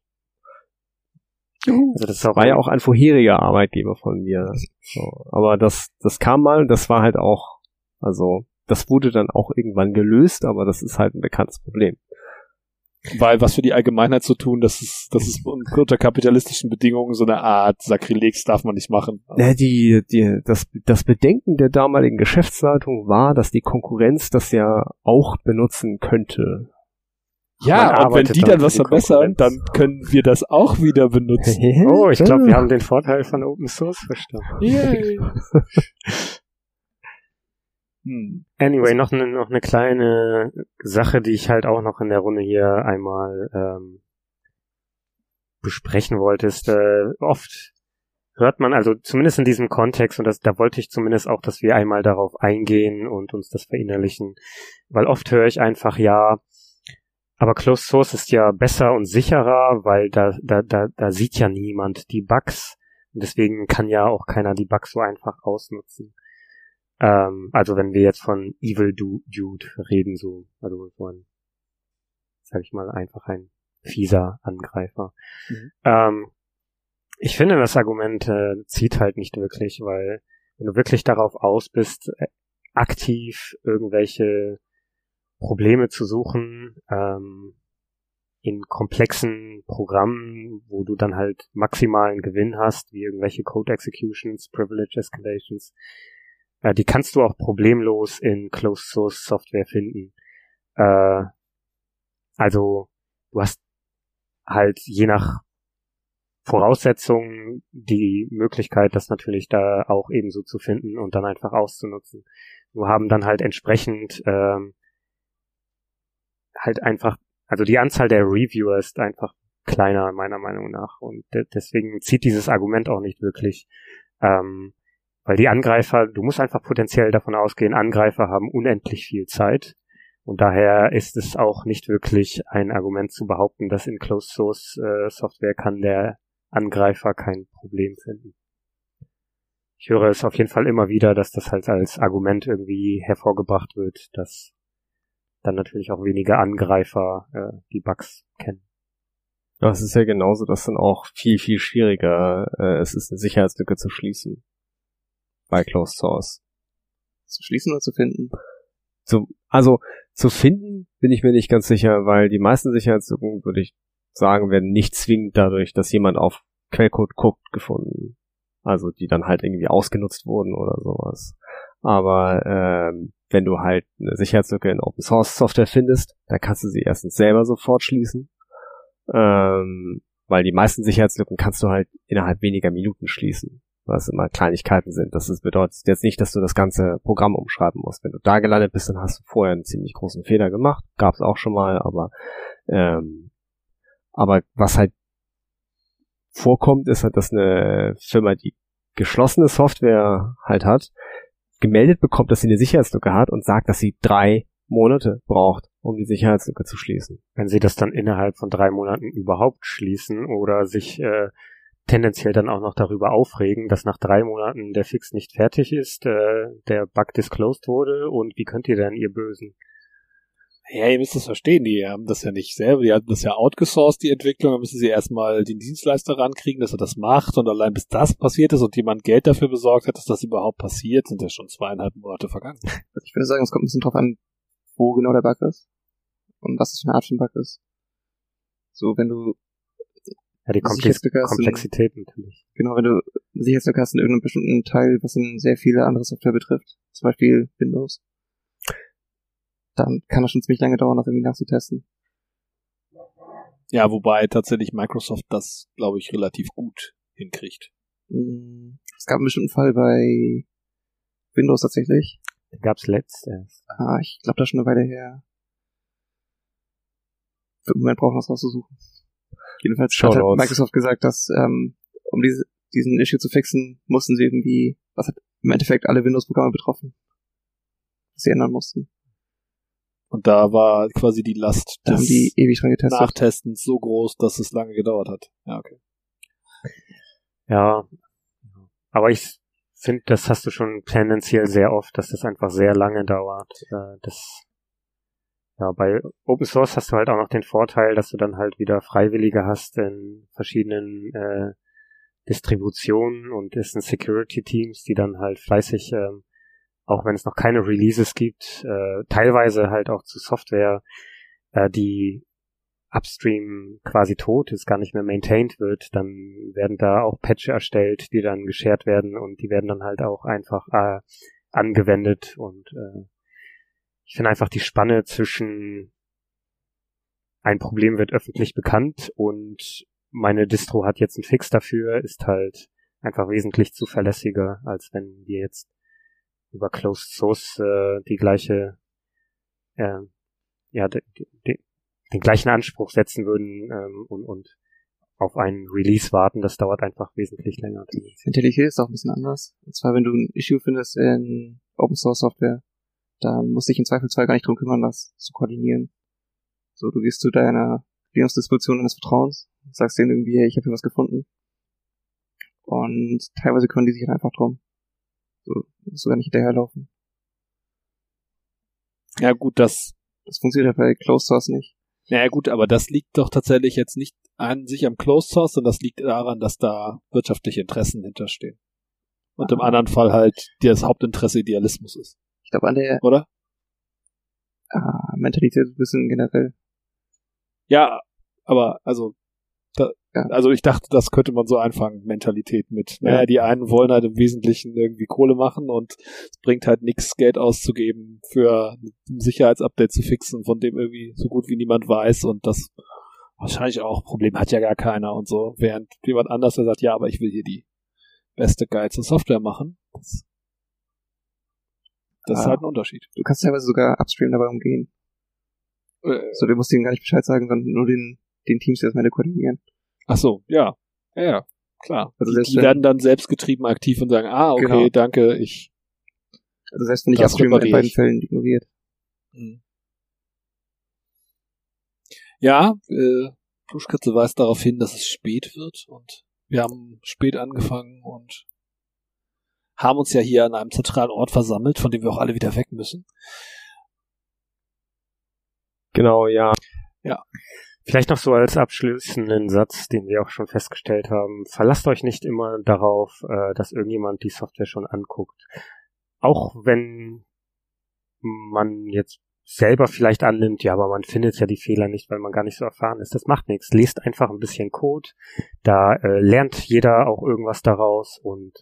Also das war ja auch ein vorheriger Arbeitgeber von mir. So, aber das kam mal und das war halt auch, also das wurde dann auch irgendwann gelöst, aber das ist halt ein bekanntes Problem. Weil was für die Allgemeinheit zu tun, das ist unter kapitalistischen Bedingungen so eine Art Sakrilegs darf man nicht machen. Also. Ja, das Bedenken der damaligen Geschäftsleitung war, dass die Konkurrenz das ja auch benutzen könnte. Ja, und wenn die dann was verbessern, dann können wir das auch wieder benutzen. Oh, ich glaube, wir haben den Vorteil von Open Source verstanden. Yay. Anyway, noch eine kleine Sache, die ich halt auch noch in der Runde hier einmal besprechen wollte, ist oft hört man, also zumindest in diesem Kontext, und da wollte ich zumindest auch, dass wir einmal darauf eingehen und uns das verinnerlichen, weil oft höre ich einfach, ja, aber Closed Source ist ja besser und sicherer, weil da sieht ja niemand die Bugs und deswegen kann ja auch keiner die Bugs so einfach ausnutzen. Also wenn wir jetzt von Evil Dude reden, so, also so ein, sag ich mal, einfach ein fieser Angreifer. Ich finde, das Argument zieht halt nicht wirklich, weil wenn du wirklich darauf aus bist, aktiv irgendwelche Probleme zu suchen, in komplexen Programmen, wo du dann halt maximalen Gewinn hast, wie irgendwelche Code Executions, Privilege Escalations, die kannst du auch problemlos in Closed Source Software finden. Also du hast halt je nach Voraussetzungen die Möglichkeit, das natürlich da auch ebenso zu finden und dann einfach auszunutzen. Wir haben dann halt entsprechend halt einfach, also die Anzahl der Reviewer ist einfach kleiner meiner Meinung nach und deswegen zieht dieses Argument auch nicht wirklich, weil die Angreifer, du musst einfach potenziell davon ausgehen, Angreifer haben unendlich viel Zeit und daher ist es auch nicht wirklich ein Argument zu behaupten, dass in Closed Source Software kann der Angreifer kein Problem finden. Ich höre es auf jeden Fall immer wieder, dass das halt als Argument irgendwie hervorgebracht wird, dass dann natürlich auch weniger Angreifer die Bugs kennen. Ja, es ist ja genauso, dass dann auch viel, viel schwieriger es ist, eine Sicherheitslücke zu schließen bei Closed Source. Zu schließen oder zu finden? Also zu finden bin ich mir nicht ganz sicher, weil die meisten Sicherheitslücken, würde ich sagen, werden nicht zwingend dadurch, dass jemand auf Quellcode guckt, gefunden. Also die dann halt irgendwie ausgenutzt wurden oder sowas. Aber wenn du halt eine Sicherheitslücke in Open Source Software findest, dann kannst du sie erstens selber sofort schließen. Weil die meisten Sicherheitslücken kannst du halt innerhalb weniger Minuten schließen, was immer Kleinigkeiten sind. Bedeutet jetzt nicht, dass du das ganze Programm umschreiben musst. Wenn du da gelandet bist, dann hast du vorher einen ziemlich großen Fehler gemacht. Gab's auch schon mal, aber was halt vorkommt, ist halt, dass eine Firma, die geschlossene Software halt hat, gemeldet bekommt, dass sie eine Sicherheitslücke hat und sagt, dass sie 3 Monate braucht, um die Sicherheitslücke zu schließen. Wenn sie das dann innerhalb von 3 Monaten überhaupt schließen oder sich tendenziell dann auch noch darüber aufregen, dass nach 3 Monaten der Fix nicht fertig ist, der Bug disclosed wurde und wie könnt ihr denn, ihr Bösen? Ja, ihr müsst es verstehen, die haben das ja nicht selber, die hatten das ja outgesourced, die Entwicklung, da müssen sie erstmal den Dienstleister rankriegen, dass er das macht und allein bis das passiert ist und jemand Geld dafür besorgt hat, dass das überhaupt passiert, sind ja schon 2,5 Monate vergangen. Also ich würde sagen, es kommt ein bisschen drauf an, wo genau der Bug ist und was das für eine Art von Bug ist. So, wenn du ja, die Komplexität natürlich. Genau, wenn du eine Sicherheitslücke hast in irgendeinem bestimmten Teil, was in sehr viele andere Software betrifft, zum Beispiel Windows, dann kann das schon ziemlich lange dauern, das irgendwie nachzutesten. Ja, wobei tatsächlich Microsoft das, glaube ich, relativ gut hinkriegt. Es gab einen bestimmten Fall bei Windows tatsächlich. Den gab's letztes. Ich glaube, das ist schon eine Weile her. Für den Moment brauchen wir es rauszusuchen. Jedenfalls hat Microsoft gesagt, dass um diesen Issue zu fixen, mussten sie irgendwie, was hat im Endeffekt alle Windows-Programme betroffen, was sie ändern mussten. Und da war quasi die Last des die ewig dran getestet. Nachtestens so groß, dass es lange gedauert hat. Ja, okay. Ja, aber ich finde, das hast du schon tendenziell sehr oft, dass das einfach sehr lange dauert. Bei Open Source hast du halt auch noch den Vorteil, dass du dann halt wieder Freiwillige hast in verschiedenen Distributionen und es sind Security Teams, die dann halt fleißig auch wenn es noch keine Releases gibt, teilweise halt auch zu Software, die upstream quasi tot ist, gar nicht mehr maintained wird, dann werden da auch Patches erstellt, die dann geshared werden und die werden dann halt auch einfach angewendet und ich finde einfach die Spanne zwischen ein Problem wird öffentlich bekannt und meine Distro hat jetzt einen Fix dafür, ist halt einfach wesentlich zuverlässiger, als wenn wir jetzt über Closed Source die gleiche, den gleichen Anspruch setzen würden und auf einen Release warten, das dauert einfach wesentlich länger. Die Mentalität ist auch ein bisschen anders. Und zwar, wenn du ein Issue findest in Open Source Software, dann musst du dich im Zweifelsfall gar nicht drum kümmern, das zu koordinieren. So, du gehst zu deiner Linux-Distribution deines Vertrauens, sagst denen irgendwie, hey, ich habe hier was gefunden. Und teilweise kümmern die sich halt einfach drum. So, musst du gar nicht hinterherlaufen. Ja gut, das funktioniert halt bei Closed Source nicht. naja gut, aber das liegt doch tatsächlich jetzt nicht an sich am Closed Source, sondern das liegt daran, dass da wirtschaftliche Interessen hinterstehen. Und im anderen Fall halt das Hauptinteresse Idealismus ist. Ich glaube, an der Oder? Mentalität ein bisschen generell. Ja, aber also ich dachte, das könnte man so einfangen, Mentalität mit. Naja, die einen wollen halt im Wesentlichen irgendwie Kohle machen und es bringt halt nichts, Geld auszugeben für ein Sicherheitsupdate zu fixen, von dem irgendwie so gut wie niemand weiß und das wahrscheinlich auch Problem hat ja gar keiner und so. Während jemand anders, der sagt, ja, aber ich will hier die beste, geilste Software machen. Das ist halt ein Unterschied. Du kannst teilweise sogar upstream dabei umgehen. So, du musst denen gar nicht Bescheid sagen, sondern nur den Teams, die das am Ende koordinieren. Ach so, ja, klar. Also die werden dann selbstgetrieben aktiv und sagen, okay, genau. Danke, also selbst wenn ich upstream in beiden Fällen ignoriert. Ja, Pluschkatze weist darauf hin, dass es spät wird und wir haben spät angefangen und haben uns ja hier an einem zentralen Ort versammelt, von dem wir auch alle wieder weg müssen. Genau, ja. Ja. Vielleicht noch so als abschließenden Satz, den wir auch schon festgestellt haben. Verlasst euch nicht immer darauf, dass irgendjemand die Software schon anguckt. Auch wenn man jetzt selber vielleicht annimmt, ja, aber man findet ja die Fehler nicht, weil man gar nicht so erfahren ist. Das macht nichts. Lest einfach ein bisschen Code. Da lernt jeder auch irgendwas daraus und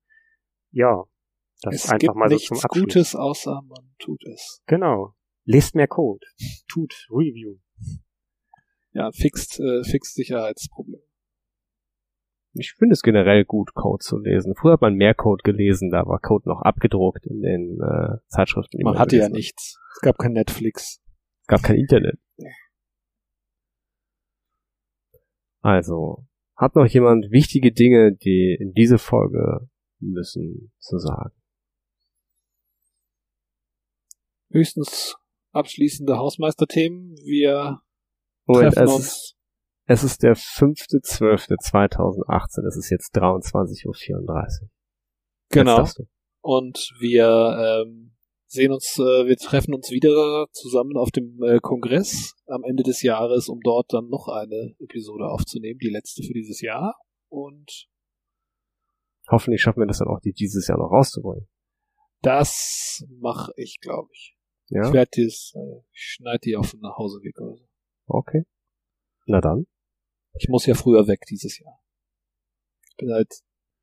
das es einfach gibt mal so nichts zum Abschluss. Gutes, außer man tut es. Genau. Lest mehr Code. Tut Review. Ja, fixt Sicherheitsprobleme. Ich finde es generell gut, Code zu lesen. Früher hat man mehr Code gelesen, da war Code noch abgedruckt in den Zeitschriften. Man hatte ja nichts. Es gab kein Netflix. Es gab kein Internet. Also, hat noch jemand wichtige Dinge, die in diese Folge müssen, zu sagen? Höchstens abschließende Hausmeisterthemen. Wir treffen uns. Es ist der 5.12.2018. Es ist jetzt 23:34 Uhr. Genau. Und wir wir treffen uns wieder zusammen auf dem Kongress am Ende des Jahres, um dort dann noch eine Episode aufzunehmen, die letzte für dieses Jahr. Und hoffentlich schaffen wir das dann auch, die dieses Jahr noch rauszubringen. Das mache ich, glaube ich. Ja? Ich werde ich schneide die auf dem Nachhauseweg oder so. Okay. Na dann. Ich muss ja früher weg dieses Jahr. Ich bin seit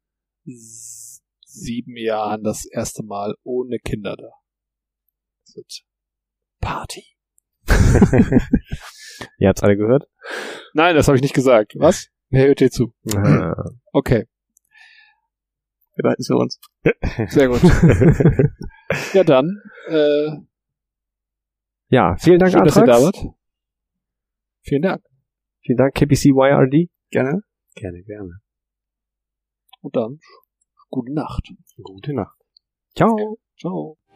7 Jahren das erste Mal ohne Kinder da. Das wird Party. Ihr habt's alle gehört? Nein, das habe ich nicht gesagt. Was? Wer hört dir zu? Okay. Wir behalten es für uns. Sehr gut. Ja, dann. Ja, vielen Dank, schön, dass ihr da wart. Vielen Dank. Vielen Dank, KPCYRD. Gerne. Gerne. Und dann, gute Nacht. Gute Nacht. Ciao. Ciao.